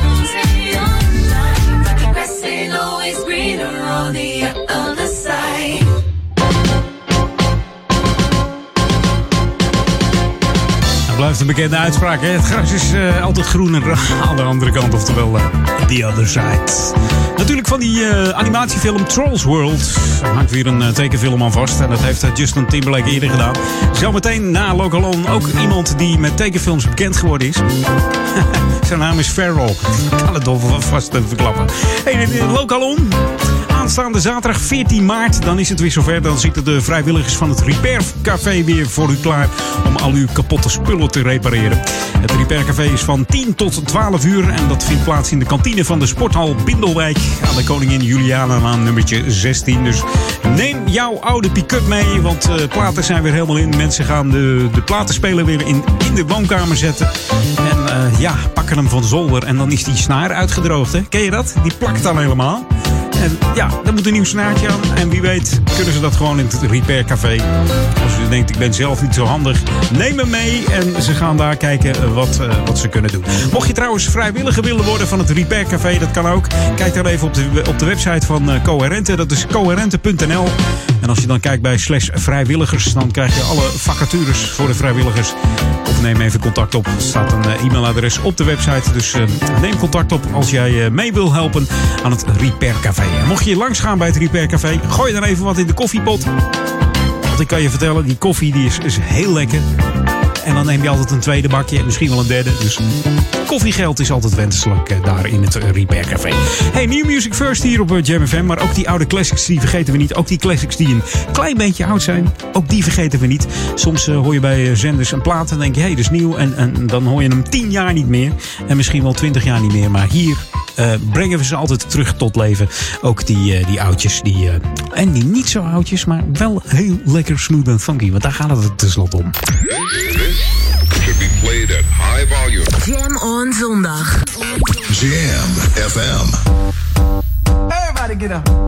Dat blijft een bekende uitspraak, hè? Het gras is altijd groener aan de andere kant, oftewel The Other Side. Natuurlijk van die animatiefilm Trolls World. Er hangt weer een tekenfilm aan vast. En dat heeft Justin Timberlake eerder gedaan. Zometeen na Lokalon ook iemand die met tekenfilms bekend geworden is. Zijn naam is Farrell. Ik kan het vast even verklappen. Hey, Lokalon. Aanstaande zaterdag 14 maart, dan is het weer zover. Dan zitten de vrijwilligers van het Repair Café weer voor u klaar om al uw kapotte spullen te repareren. Het Repair Café is van 10 tot 12 uur en dat vindt plaats in de kantine van de sporthal Bindelwijk aan de Koningin Julianalaan nummertje 16. Dus neem jouw oude pick-up mee, want platen zijn weer helemaal in. Mensen gaan de platenspeler weer in de woonkamer zetten. En pakken hem van zolder en dan is die snaar uitgedroogd. Hè? Ken je dat? Die plakt dan helemaal. En ja, daar moet een nieuw snaartje aan. En wie weet kunnen ze dat gewoon in het Repair Café. Als u denkt, ik ben zelf niet zo handig, neem hem mee. En ze gaan daar kijken wat ze kunnen doen. Mocht je trouwens vrijwilliger willen worden van het Repair Café, dat kan ook. Kijk dan even op de website van Coherente. Dat is coherente.nl. En als je dan kijkt bij /vrijwilligers, dan krijg je alle vacatures voor de vrijwilligers. Of neem even contact op. Er staat een e-mailadres op de website. Dus neem contact op als jij mee wil helpen aan het Repair Café. En mocht je langs gaan bij het Repair Café, gooi dan even wat in de koffiepot. Want ik kan je vertellen, die koffie die is heel lekker. En dan neem je altijd een tweede bakje en misschien wel een derde. Dus koffiegeld is altijd wenselijk daar in het Repair Café. Hey, New Music First hier op Jam FM. Maar ook die oude classics, die vergeten we niet. Ook die classics die een klein beetje oud zijn, ook die vergeten we niet. Soms hoor je bij zenders een plaat en denk je, hey, dat is nieuw. En dan hoor je hem 10 jaar niet meer. En misschien wel 20 jaar niet meer. Maar hier brengen we ze altijd terug tot leven. Ook die oudjes. En die niet zo oudjes, maar wel heel lekker smooth en funky. Want daar gaat het tenslotte om. Should be played at high volume. Jam on zondag. Jam FM. Everybody get up.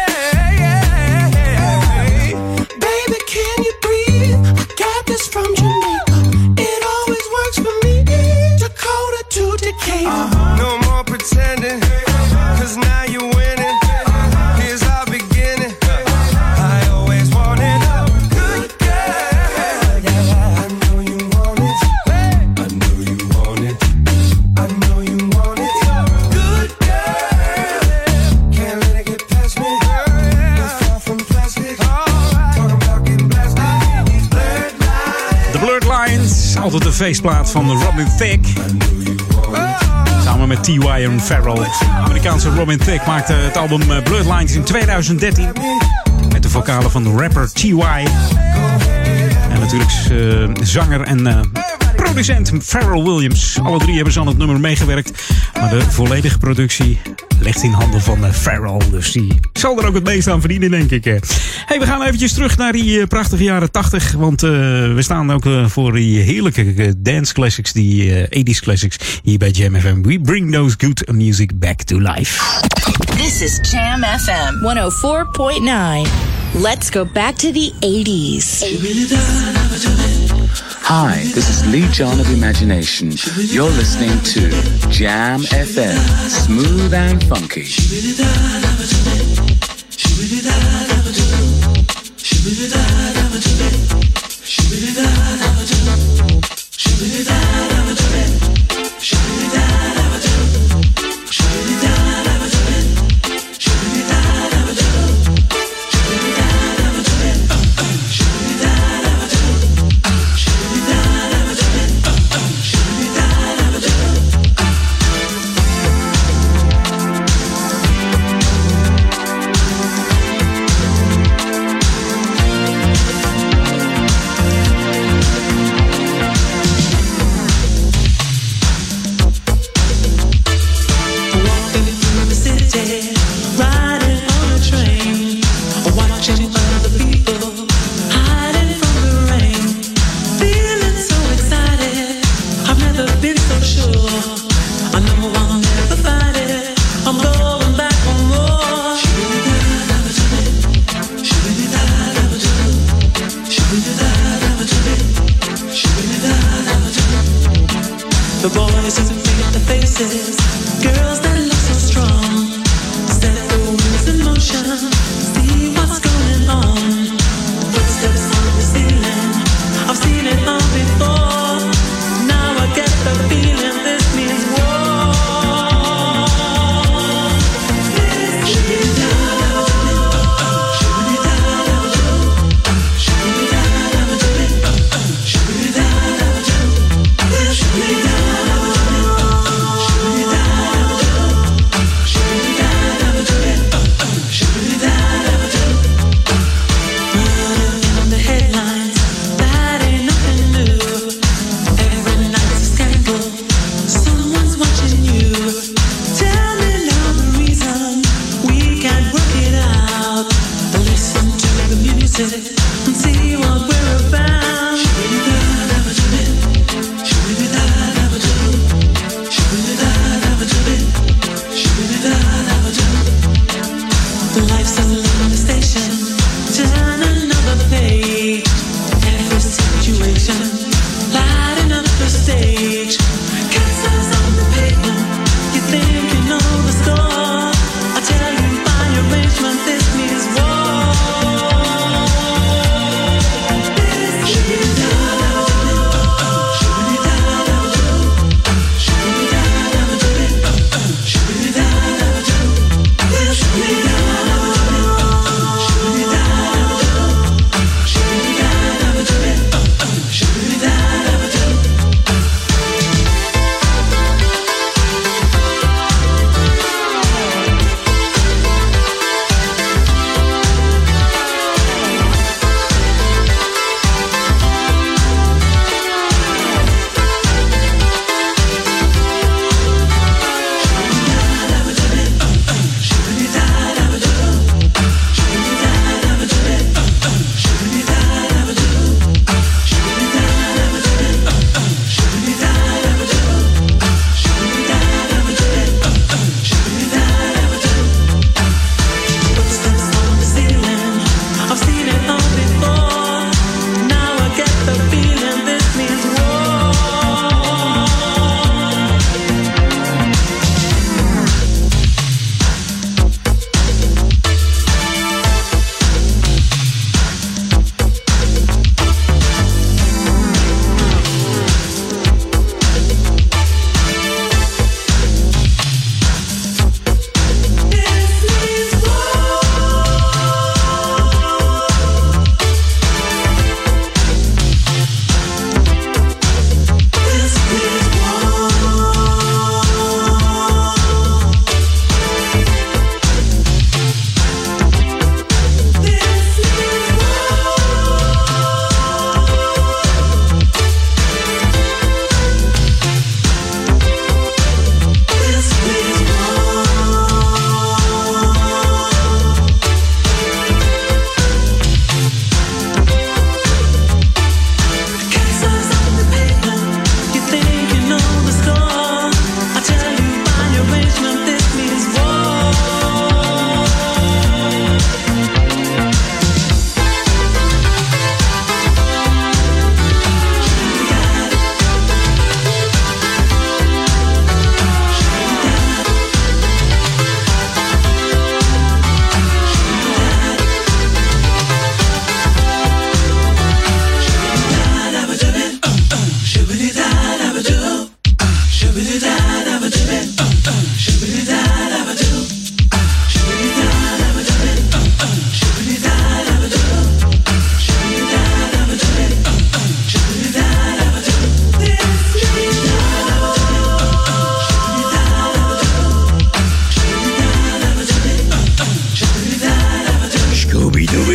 From Jamaica. altijd een feestplaat van Robin Thicke. Samen met T.Y. en Pharrell. De Amerikaanse Robin Thicke maakte het album Bloodlines in 2013. Met de vocalen van de rapper T.Y. En natuurlijk zanger en producent Pharrell Williams. Alle drie hebben ze aan het nummer meegewerkt. Maar de volledige productie ligt in handen van Pharrell. Dus die zal er ook het meest aan verdienen, denk ik. Hey, we gaan eventjes terug naar die prachtige jaren 80. Want we staan ook voor die heerlijke dance classics. Die 80s classics hier bij Jam FM. We bring those good music back to life. This is Jam FM 104.9. Let's go back to the 80s. Hi, this is Lee John of Imagination. You're listening to Jam FM, smooth and funky.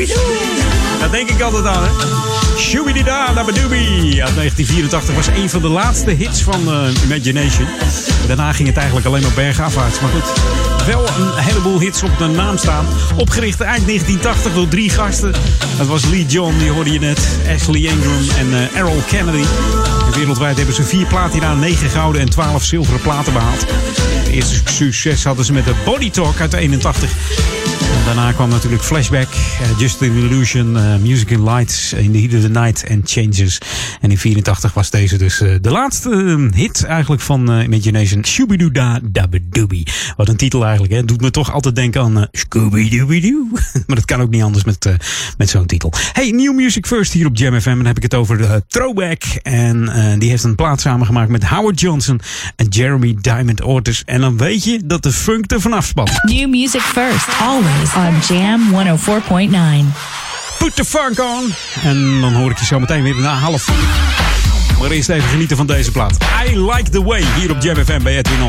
Dat denk ik altijd aan, hè. Shoo-be-dee-da, dabba-doobie. Uit 1984 was een van de laatste hits van Imagination. Daarna ging het eigenlijk alleen maar bergafwaarts. Maar goed, wel een heleboel hits op de naam staan. Opgericht eind 1980 door 3 gasten. Dat was Lee John, die hoorde je net. Ashley Ingram en Errol Kennedy. En wereldwijd hebben ze 4 platina, 9 gouden en 12 zilveren platen behaald. Het eerste succes hadden ze met de Body Talk uit 81. Daarna kwam natuurlijk Flashback, Just an Illusion, Music and Lights, In the Heat of the Night en Changes. En in 84 was deze dus de laatste hit eigenlijk van Imagination. Shoo-be-doo-da-dabba-doobie. Wat een titel eigenlijk, hè. Doet me toch altijd denken aan Scooby-Dooby-Doo. Maar dat kan ook niet anders met zo'n titel. Hey, New Music First hier op Jam FM. En dan heb ik het over de Throwback. En die heeft een plaat samengemaakt met Howard Johnson en Jeremy Diamond Ortiz. En dan weet je dat de funk er vanaf spat. New music first, always on Jam 104.9. Put the funk on. En dan hoor ik je zo meteen weer na 12:30. Maar eerst even genieten van deze plaat. I Like The Way hier op Jam FM bij Edwin On.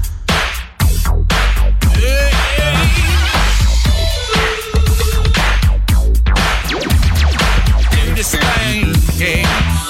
Do this thing, yeah.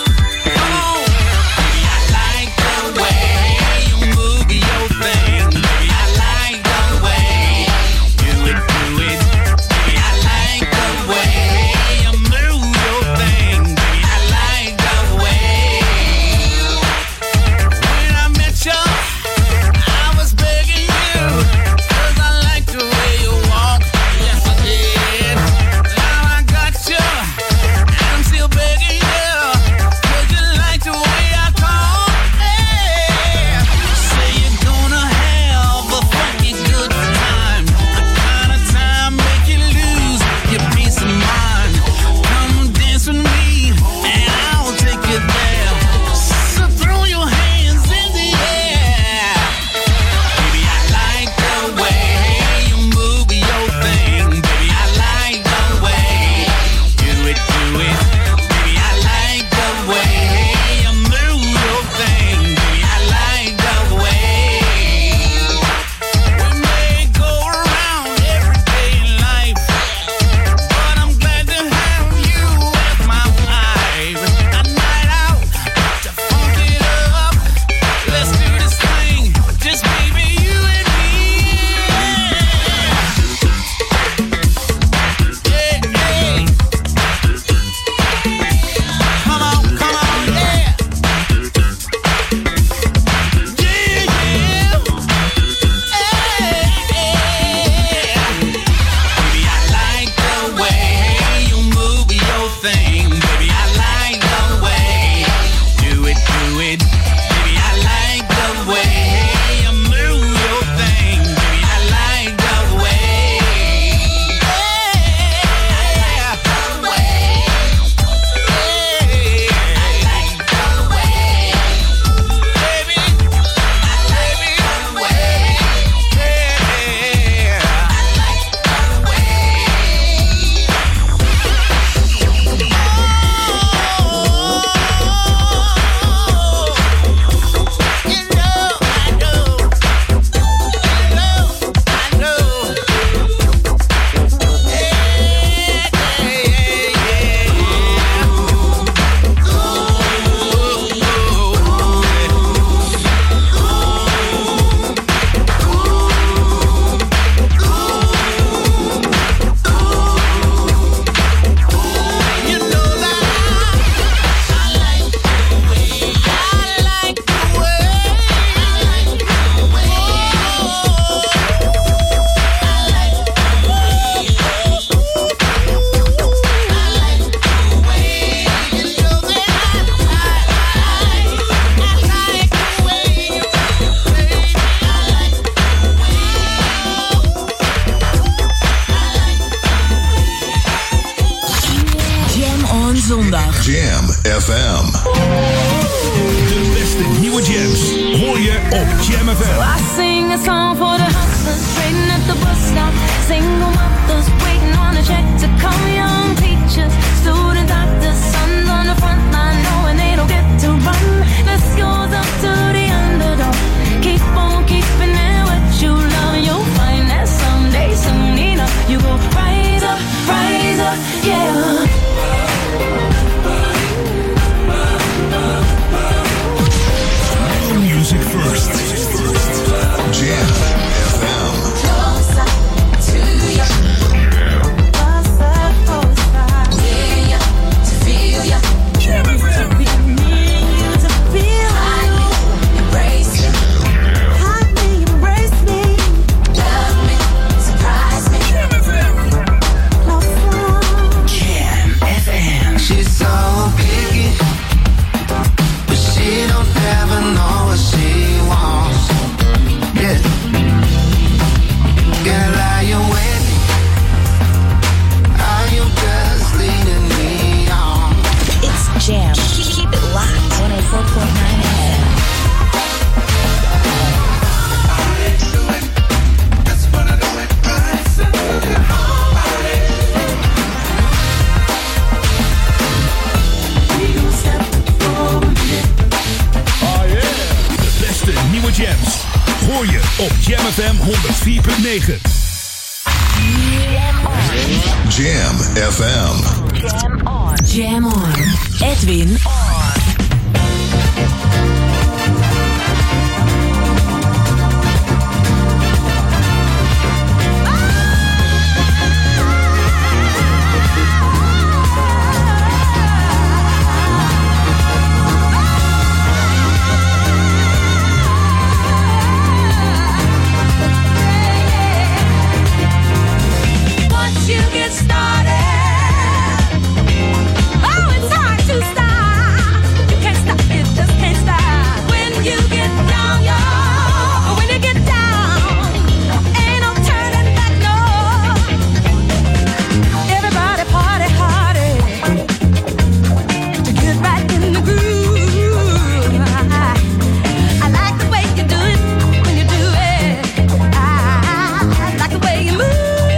zondag. Jam FM. De beste nieuwe jams hoor je op Jam FM. So I sing a song for the hustlers trading at the bus stop. Single mothers waiting on a check to come. Young teachers, student doctors, sons on the front line knowing they don't get to run. This goes up to the underdog. Keep on keeping it what you love. You'll find that someday soon enough you go rise up, rise up. op Jam FM 104.9. Jam FM. Jam on. Jam on. Edwin on. You get started. Oh, it's hard to stop. You can't stop it, just can't stop. When you get down, y'all. When you get down, ain't no turning back, no. Everybody party hardy to get right in the groove. I like the way you do it when you do it. I like the way you move.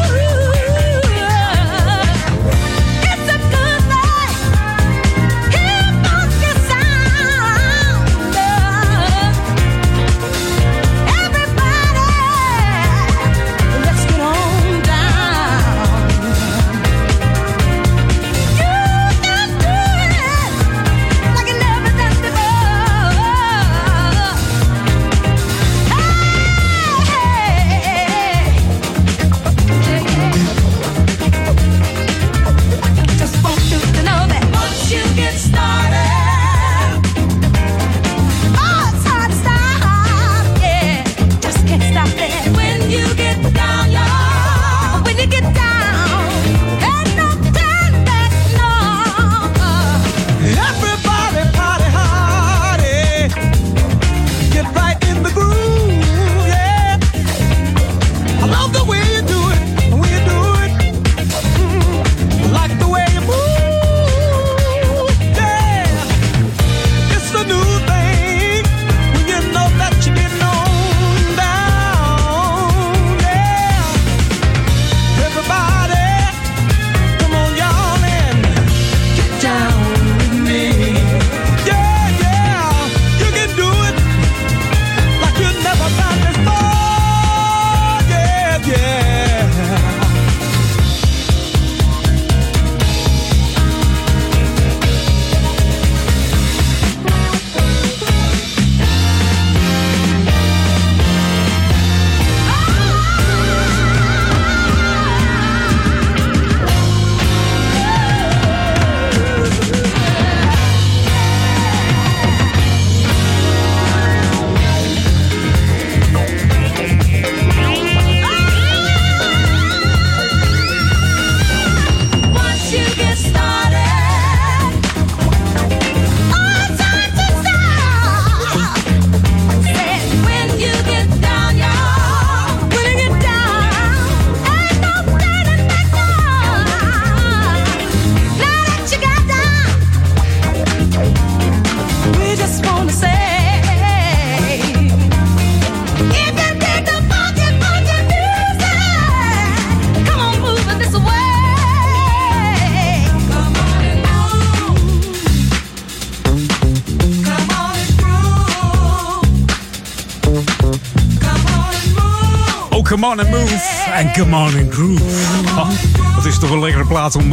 Come on and move en come on and groove. Oh, dat is toch een lekkere plaat om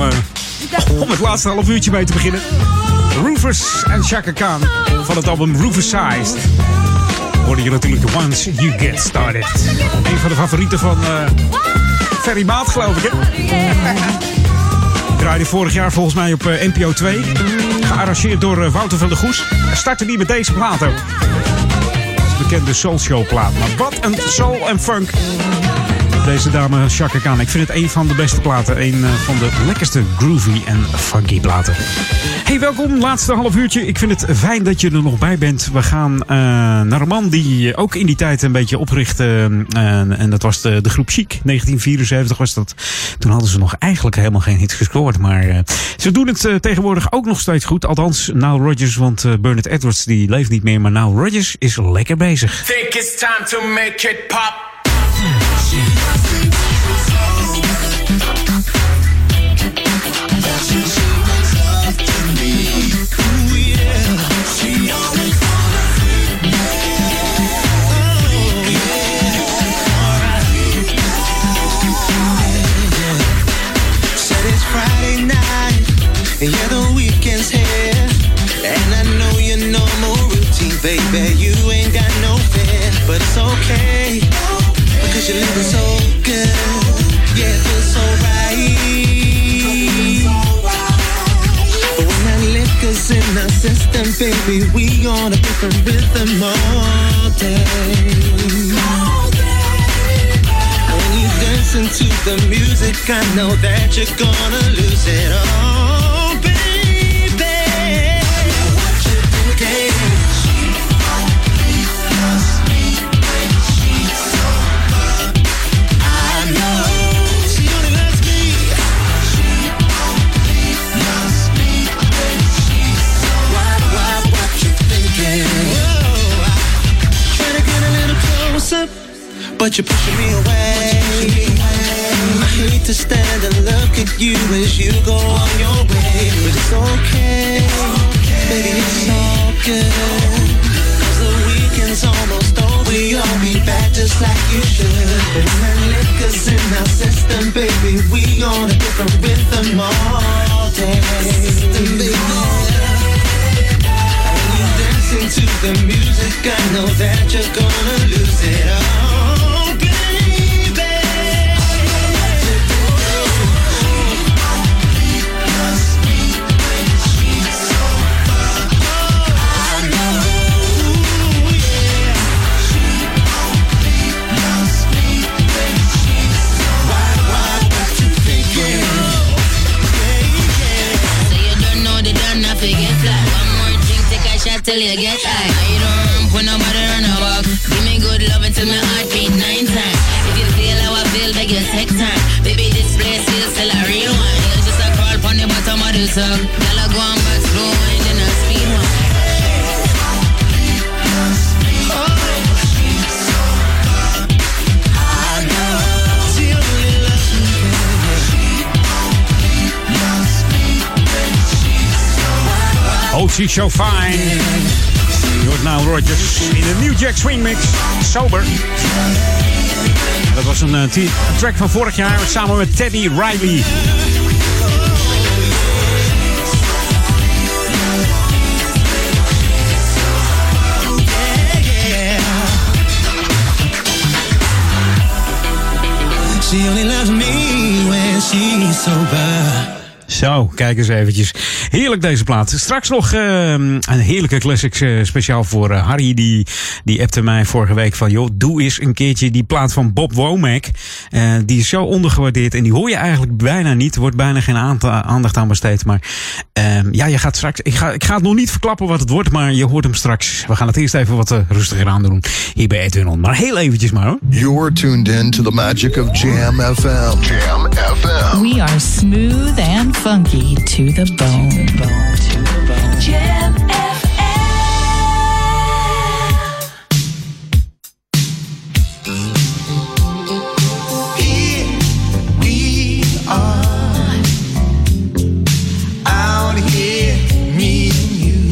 het laatste half uurtje mee te beginnen. Rufus en Chaka Khan van het album Rufusized. Hoorde je natuurlijk Once You Get Started. Een van de favorieten van Ferry Maat, geloof ik, hè? Draaide vorig jaar volgens mij op NPO 2. Gearrangeerd door Wouter van der Goes. Hij startte niet met deze plaat ook. Bekende soul show plaat. Maar wat een soul en funk. Deze dame Chaka Khan. Ik vind het een van de beste platen. Een van de lekkerste groovy en funky platen. Hey, welkom. Laatste half uurtje. Ik vind het fijn dat je er nog bij bent. We gaan naar een man die ook in die tijd een beetje oprichtte. En dat was de groep Chic. 1974 was dat. Toen hadden ze nog eigenlijk helemaal geen hits gescoord. Maar ze doen het tegenwoordig ook nog steeds goed. Althans, Nile Rodgers. Want Bernard Edwards die leeft niet meer. Maar Nile Rodgers is lekker bezig. Think it's time to make it pop. And yeah, the weekend's here, and I know your normal routine, baby. You ain't got no fear, but it's okay, because you're living so good. Yeah, it feels so right. But when that liquor's in our system, baby, we on a different rhythm all day. When you dancing to the music, I know that you're gonna lose it all, baby. What you thinking? I know she only loves me. What you thinking? Whoa, try to get a little closer, but you're pushing me away. I hate to stand and look at you as you go on your way, but it's okay, baby, it's all good, 'cause the weekend's almost over. We'll be back just like you should. When that liquor's in our system, baby, we on a different rhythm all day. When you dancing to the music, I know that you're gonna lose it all, baby. Till you get high. I don't run for nobody run a walk. Give me good love until my heart beat 9 times. If you feel how I feel, make you take time. Baby, this place feels still a real one. You just a crawl on the bottom of the tub. Girl, I go on back slow and then I speed one. Oh, she's so fine. Je hoort nou Rodgers in de New Jack Swing Mix. Sober. Dat was een track van vorig jaar samen met Teddy Riley. She only loves me when she's sober. Zo, kijk eens eventjes. Heerlijk deze plaat. Straks nog een heerlijke classics speciaal voor Harry. Die appte mij vorige week van... joh, doe eens een keertje die plaat van Bob Womack. Die is zo ondergewaardeerd en die hoor je eigenlijk bijna niet. Er wordt bijna geen aandacht aan besteed. Maar ja, je gaat straks... Ik ga het nog niet verklappen wat het wordt, maar je hoort hem straks. We gaan het eerst even wat rustiger aan doen. Hier bij Edwin On. Maar heel eventjes maar hoor. You're tuned in to the magic of Jam FM. Jam FM. We are smooth and funky to the bone. Jam Here we are, out here, me and you,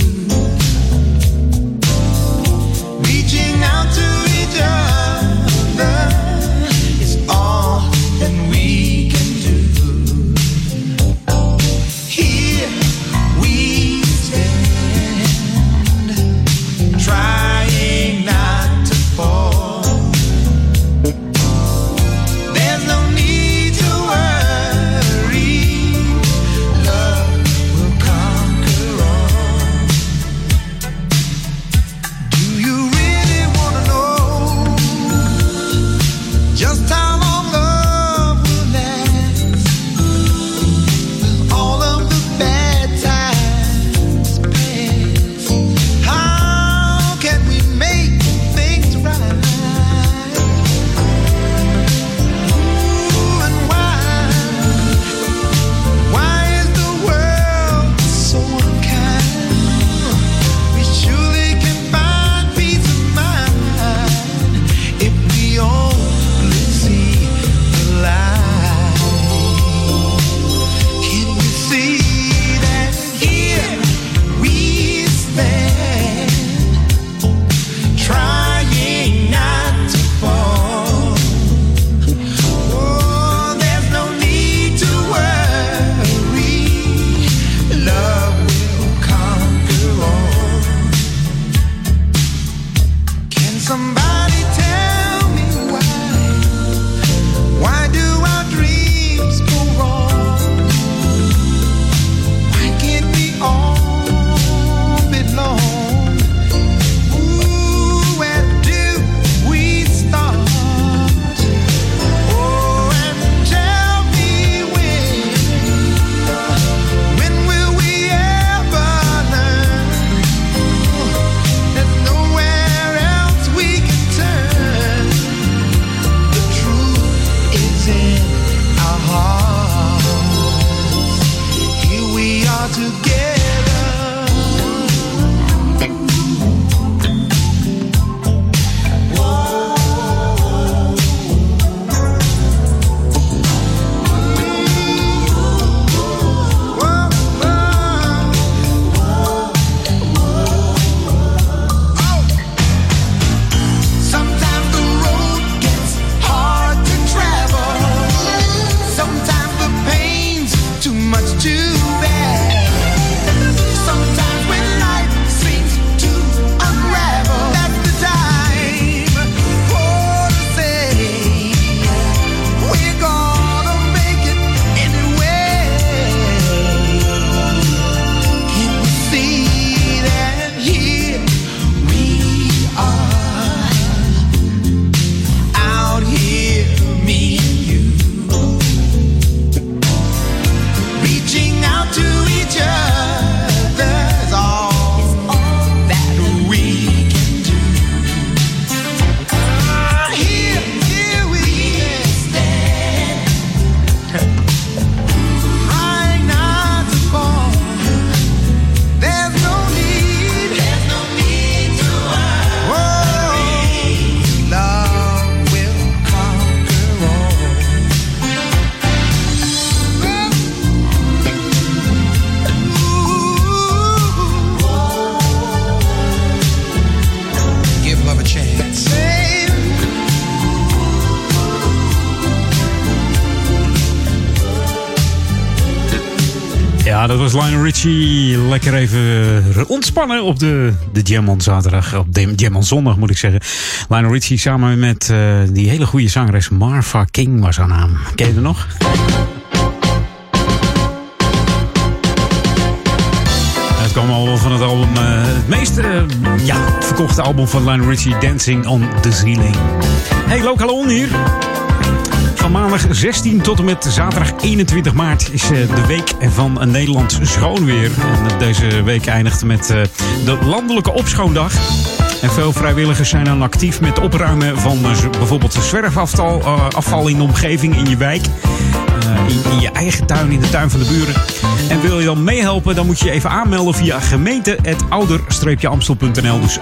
reaching out to each other is all that we can do. Here Ja, dat was Lionel Richie. Lekker even ontspannen op de Jam on zaterdag. Op de Jam on zondag moet ik zeggen. Lionel Richie samen met die hele goede zangeres Marva King was haar naam. Ken je er nog? Het kwam al van het album, het meest verkochte album van Lionel Richie, Dancing on the Ceiling. Hey, Lokalon hier. Van maandag 16 tot en met zaterdag 21 maart is de week van Nederland schoon weer. En deze week eindigt met de landelijke opschoondag. En veel vrijwilligers zijn dan actief met opruimen van bijvoorbeeld zwerfafval in de omgeving, in je wijk. In je eigen tuin, in de tuin van de buren. En wil je dan meehelpen, dan moet je je even aanmelden via gemeente@ouder-amstel.nl. Dus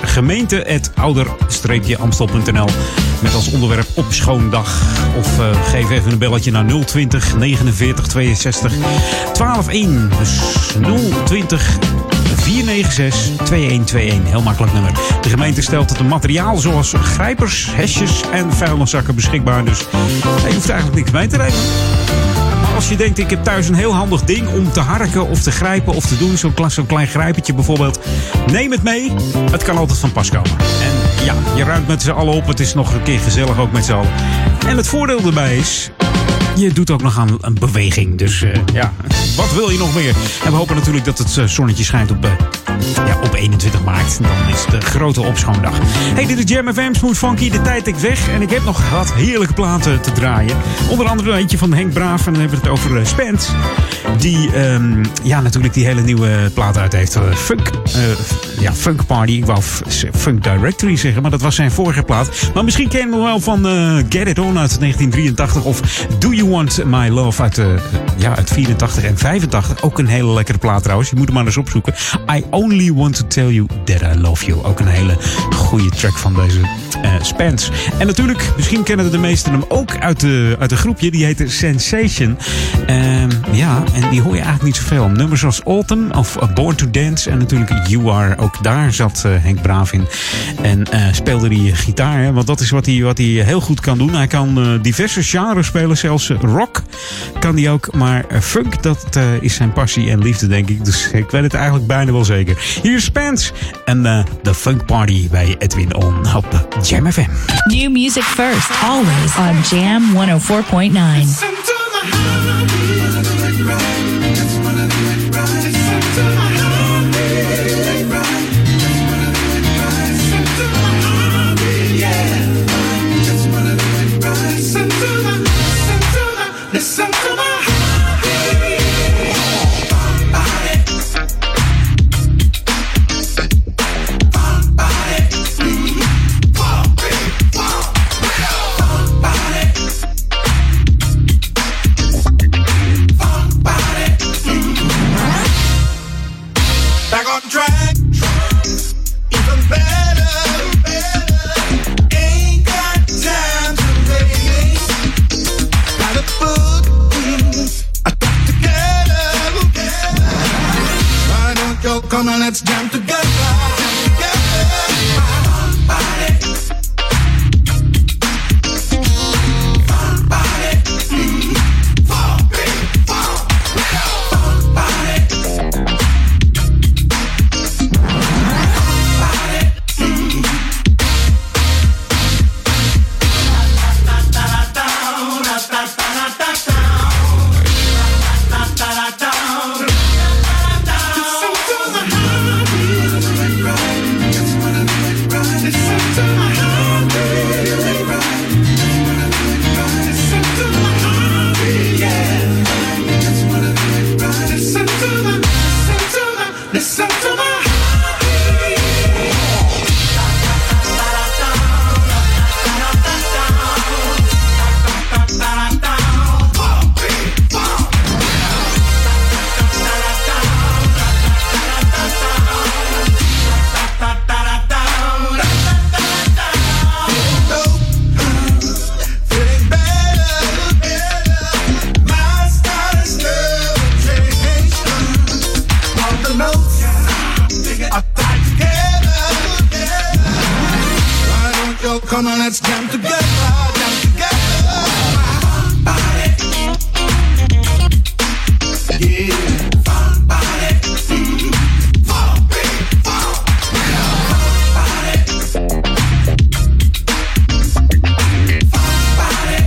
gemeente@ouder-amstel.nl. Met als onderwerp opschoondag. Of geef even een belletje naar 020 49 62 12-1. Dus 020 496 2121. Heel makkelijk nummer. De gemeente stelt het materiaal zoals grijpers, hesjes en vuilniszakken beschikbaar. Dus je hoeft eigenlijk niks mee te rekenen. Maar als je denkt, ik heb thuis een heel handig ding om te harken of te grijpen of te doen. Zo'n klein grijpertje bijvoorbeeld. Neem het mee. Het kan altijd van pas komen. En ja, je ruimt met z'n allen op. Het is nog een keer gezellig ook met z'n allen. En het voordeel erbij is, je doet ook nog aan een beweging. Dus wat wil je nog meer? En we hopen natuurlijk dat het zonnetje schijnt op 21 maart. Dan is de grote opschoondag. Hey, dit is Jam FM, Smooth Funky. De tijd tikt weg. En ik heb nog wat heerlijke platen te draaien. Onder andere eentje van Henk Braaf. En dan hebben we het over Spence. Die natuurlijk die hele nieuwe plaat uit heeft. Funk Party. Ik wou Funk Directory zeggen. Maar dat was zijn vorige plaat. Maar misschien ken je hem wel van Get It On uit 1983. Of Do You Want My Love uit 84 en 85. Ook een hele lekkere plaat trouwens. Je moet hem maar eens opzoeken. I Only Want To Tell You That I Love You. Ook een hele goede track van deze Spence. En natuurlijk, misschien kennen de meesten hem ook uit een groepje. Die heette Sensation. En die hoor je eigenlijk niet zoveel. Nummers zoals Autumn of Born To Dance. En natuurlijk You Are. Ook daar zat Henk Braaf in. En speelde hij gitaar. Hè? Want dat is wat hij heel goed kan doen. Hij kan diverse genres spelen. Zelfs rock kan hij ook. Maar funk, dat is zijn passie en liefde, denk ik. Dus ik weet het eigenlijk bijna wel zeker. Hier is Spence en de Funk Party bij Edwin On op Jam FM. New music first, always on Jam 104.9. Listen to my funk body. come on, let's jam together, jam together. Fun body. Fun body. Fun big, fun body. Listen to my come on, let's jam together, jam together. Fun body. Yeah. Fun body. Fun big, fun body. Fun body.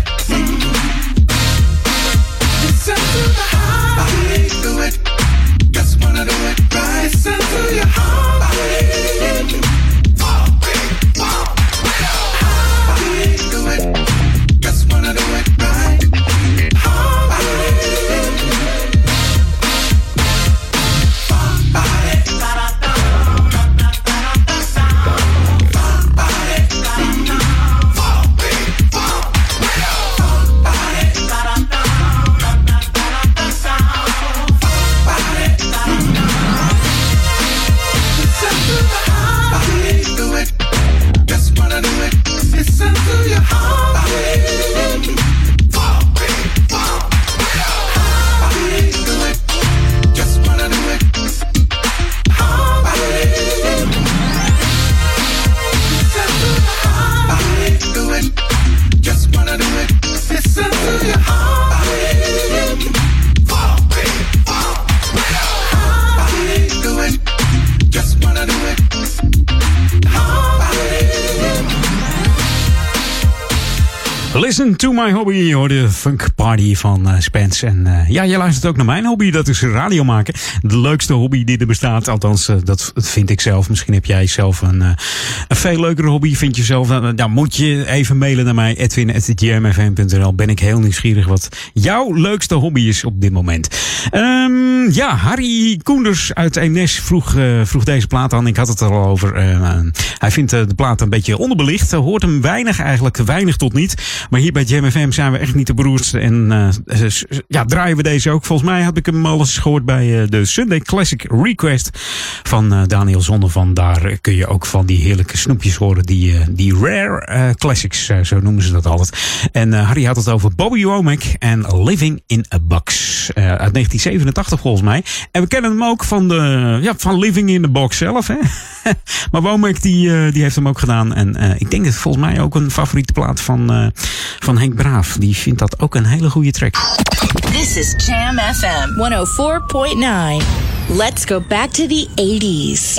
Listen to the heartbeat, do it. Just wanna do it right. Listen to your heartbeat. Listen to my hobby, hoor, de Funk Party van Spence. En ja, je luistert ook naar mijn hobby, dat is radio maken. De leukste hobby die er bestaat, althans, dat vind ik zelf. Misschien heb jij zelf een veel leukere hobby, vind je zelf. Dan moet je even mailen naar mij, edwin@jamfm.nl. Ben ik heel nieuwsgierig wat jouw leukste hobby is op dit moment. Ja, Harry Koenders uit Eemnes vroeg deze plaat aan. Ik had het er al over. Hij vindt de plaat een beetje onderbelicht. Hoort hem weinig tot niet. Maar hier bij Jam FM zijn we echt niet de beroerdste. En ja, draaien we deze ook. Volgens mij heb ik hem al eens gehoord bij de Sunday Classic Request van Daniel Zonnevan. Daar kun je ook van die heerlijke snoepjes horen. Die rare classics, zo noemen ze dat altijd. En Harry had het over Bobby Womack en Living in a Box. Uit 1987 volgens mij. En we kennen hem ook van Living in the Box zelf. Hè? Maar Womack die heeft hem ook gedaan. En ik denk dat het volgens mij ook een favoriete plaat van Henk Braaf. Die vindt dat ook een hele goede track. This is Jam FM 104.9. Let's go back to the 80s.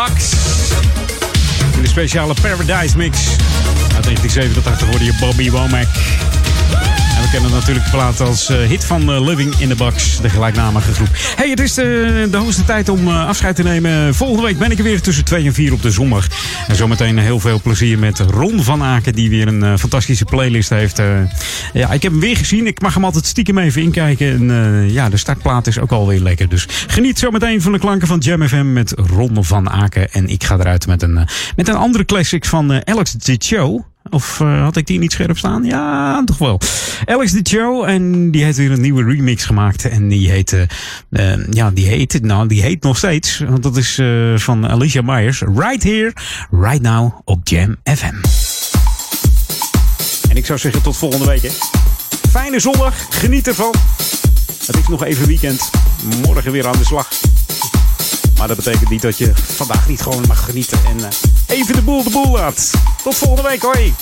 Box. In de speciale Paradise Mix. Uit 1987 hoorde je Bobby Womack. En we kennen natuurlijk de plaat als hit van Living in the Box, de gelijknamige groep. Hey, het is de hoogste tijd om afscheid te nemen. Volgende week ben ik er weer tussen 2 en 4 op de zondag. En zometeen heel veel plezier met Ron van Aken, die weer een fantastische playlist heeft. Ja, ik heb hem weer gezien. Ik mag hem altijd stiekem even inkijken. En ja, de startplaat is ook alweer lekker. Dus geniet zometeen van de klanken van Jam FM met Ron van Aken. En ik ga eruit met een andere classic van Alex de Show. Of had ik die niet scherp staan? Ja, toch wel. Alex de Show. En die heeft weer een nieuwe remix gemaakt. En die heet nog steeds. Want dat is van Alicia Myers. Right Here, Right Now op Jam FM. En ik zou zeggen tot volgende week. Hè. Fijne zondag. Geniet ervan. Het is nog even weekend. Morgen weer aan de slag. Maar dat betekent niet dat je vandaag niet gewoon mag genieten. En even de boel laat. Tot volgende week, hoi.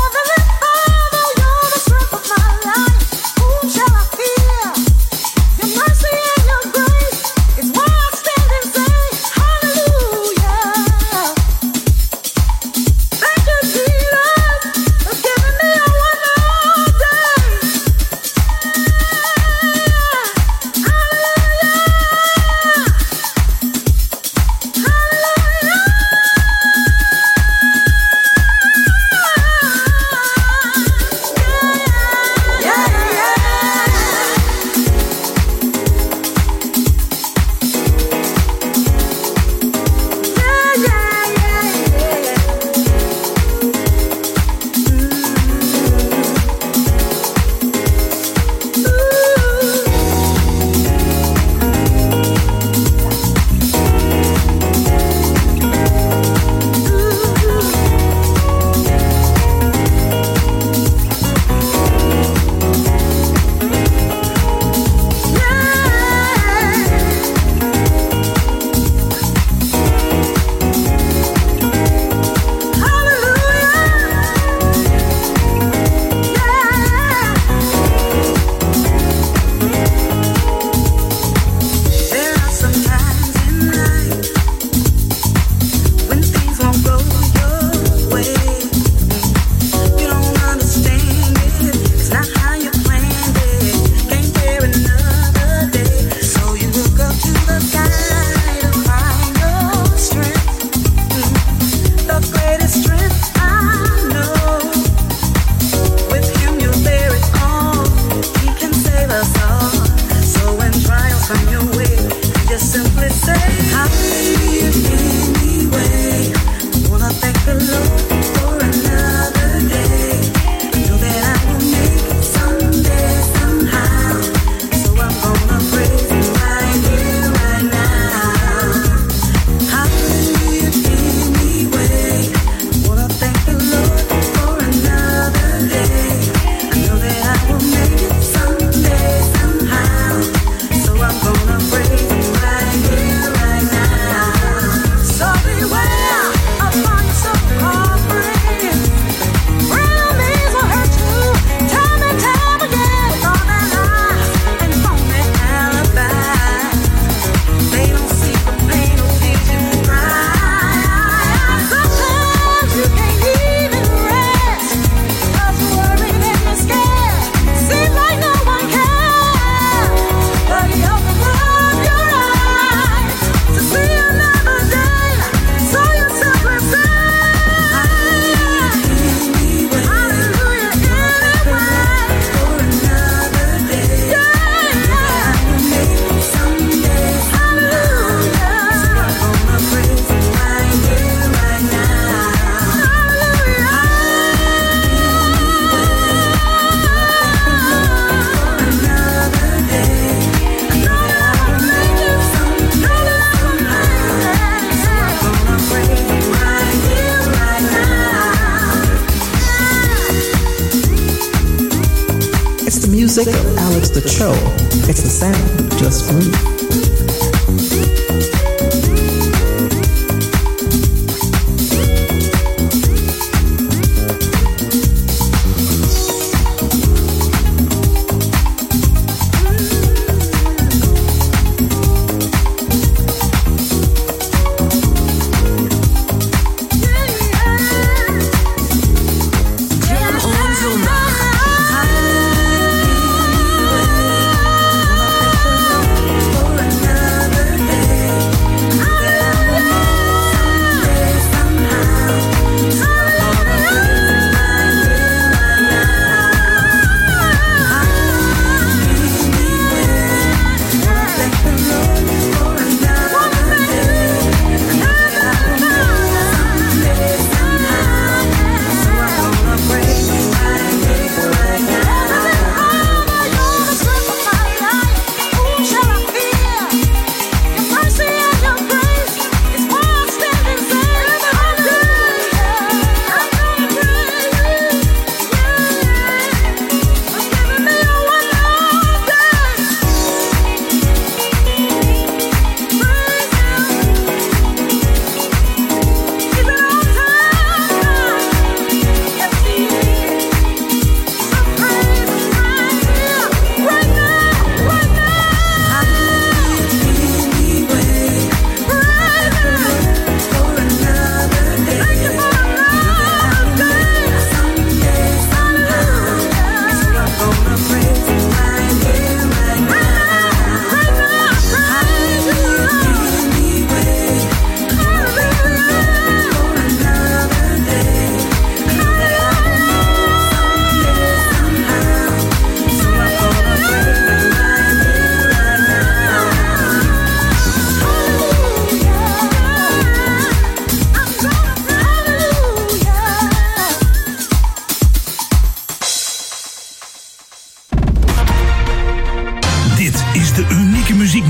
music of Alex the Cho. It's the sound of Just Groove.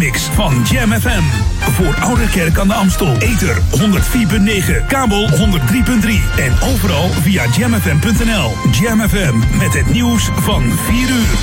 ochtendmix van Jam FM. Voor Ouderkerk aan de Amstel. Ether 104.9, kabel 103.3 en overal via jamfm.nl. Jam FM met het nieuws van 4 uur.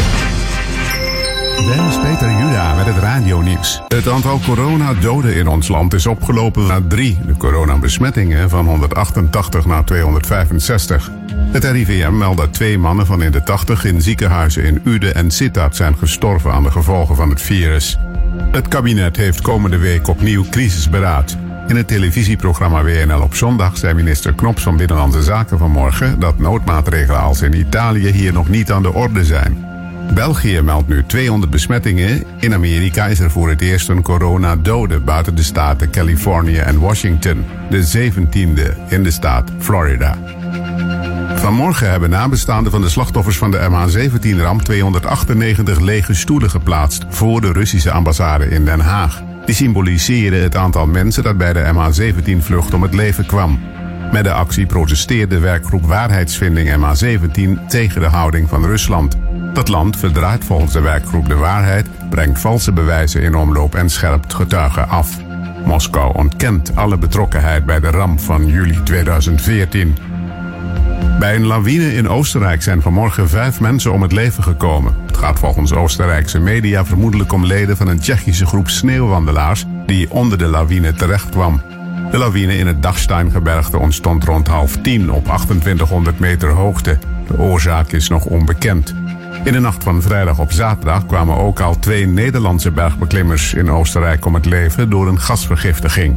Dennis Peter Juda met het radionieuws. Het aantal coronadoden in ons land is opgelopen naar 3. De coronabesmettingen van 188 naar 265. Het RIVM meldt dat 2 mannen van in de 80 in ziekenhuizen in Uden en Sittard zijn gestorven aan de gevolgen van het virus. Het kabinet heeft komende week opnieuw crisisberaad. In het televisieprogramma WNL op zondag zei minister Knops van Binnenlandse Zaken vanmorgen dat noodmaatregelen als in Italië hier nog niet aan de orde zijn. België meldt nu 200 besmettingen. In Amerika is er voor het eerst een coronadode buiten de staten Californië en Washington. De 17e in de staat Florida. Vanmorgen hebben nabestaanden van de slachtoffers van de MH17-ramp 298 lege stoelen geplaatst voor de Russische ambassade in Den Haag. Die symboliseren het aantal mensen dat bij de MH17-vlucht om het leven kwam. Met de actie protesteerde de werkgroep Waarheidsvinding MH17 tegen de houding van Rusland. Dat land verdraait volgens de werkgroep de waarheid, brengt valse bewijzen in omloop en scherpt getuigen af. Moskou ontkent alle betrokkenheid bij de ramp van juli 2014. Bij een lawine in Oostenrijk zijn vanmorgen 5 mensen om het leven gekomen. Het gaat volgens Oostenrijkse media vermoedelijk om leden van een Tsjechische groep sneeuwwandelaars die onder de lawine terechtkwam. De lawine in het Dachsteingebergte ontstond rond 9:30 op 2800 meter hoogte. De oorzaak is nog onbekend. In de nacht van vrijdag op zaterdag kwamen ook al 2 Nederlandse bergbeklimmers in Oostenrijk om het leven door een gasvergiftiging.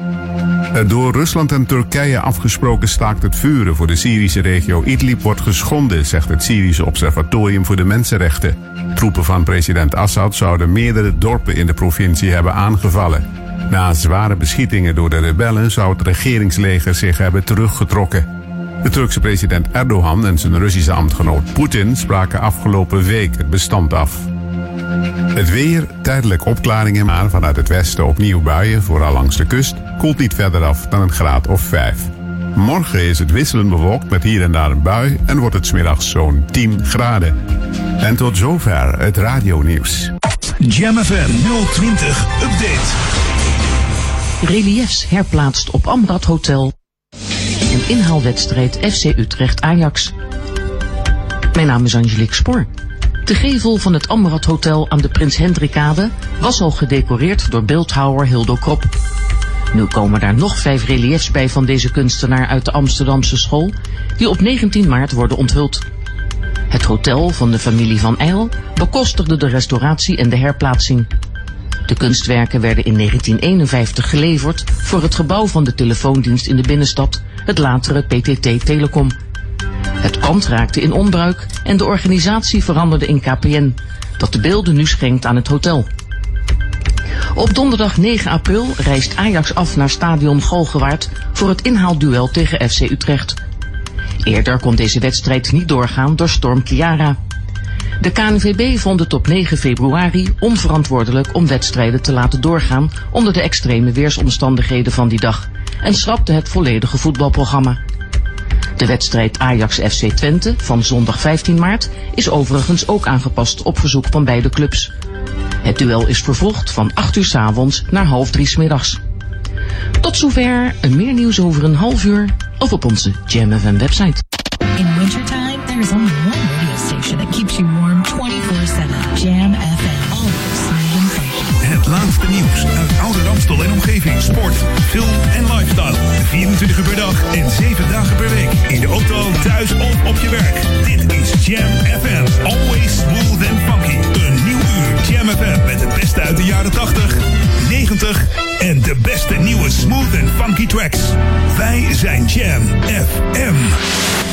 Het door Rusland en Turkije afgesproken staakt het vuren voor de Syrische regio Idlib wordt geschonden, zegt het Syrische Observatorium voor de Mensenrechten. Troepen van president Assad zouden meerdere dorpen in de provincie hebben aangevallen. Na zware beschietingen door de rebellen zou het regeringsleger zich hebben teruggetrokken. De Turkse president Erdogan en zijn Russische ambtgenoot Poetin spraken afgelopen week het bestand af. Het weer, tijdelijk opklaringen, maar vanuit het westen opnieuw buien, vooral langs de kust, koelt niet verder af dan een graad of 5. Morgen is het wisselend bewolkt met hier en daar een bui en wordt het 's middags zo'n 10 graden. En tot zover het radionieuws. Jam FM 020 Update. Reliefs herplaatst op Amrad Hotel. Een inhaalwedstrijd FC Utrecht Ajax. Mijn naam is Angelique Spoor. De gevel van het Amrad Hotel aan de Prins Hendrikade was al gedecoreerd door beeldhouwer Hildo Krop. Nu komen daar nog 5 reliefs bij van deze kunstenaar uit de Amsterdamse school, die op 19 maart worden onthuld. Het hotel van de familie Van Eyl bekostigde de restauratie en de herplaatsing. De kunstwerken werden in 1951 geleverd voor het gebouw van de telefoondienst in de binnenstad, het latere PTT Telecom. Het pand raakte in onbruik en de organisatie veranderde in KPN, dat de beelden nu schenkt aan het hotel. Op donderdag 9 april reist Ajax af naar stadion Galgenwaard voor het inhaalduel tegen FC Utrecht. Eerder kon deze wedstrijd niet doorgaan door storm Ciara. De KNVB vond het op 9 februari onverantwoordelijk om wedstrijden te laten doorgaan onder de extreme weersomstandigheden van die dag en schrapte het volledige voetbalprogramma. De wedstrijd Ajax-FC Twente van zondag 15 maart is overigens ook aangepast op verzoek van beide clubs. Het duel is vervroegd van 8 uur 's avonds naar 2:30 's middags. Tot zover, meer nieuws over een half uur of op onze Jam FM website. In wintertime, there is only one radio station that keeps you warm 24/7. Jam FM. Always smooth and funky. Het laatste nieuws uit Ouder Amstel en omgeving. Sport, film en lifestyle. 24 uur per dag en 7 dagen per week. In de auto, thuis of op je werk. Dit is Jam FM. Always smooth and funky. Een nieuw uur Jam FM met het beste uit de jaren 80, 90 en de beste nieuwe smooth and funky tracks. Wij zijn Jam FM.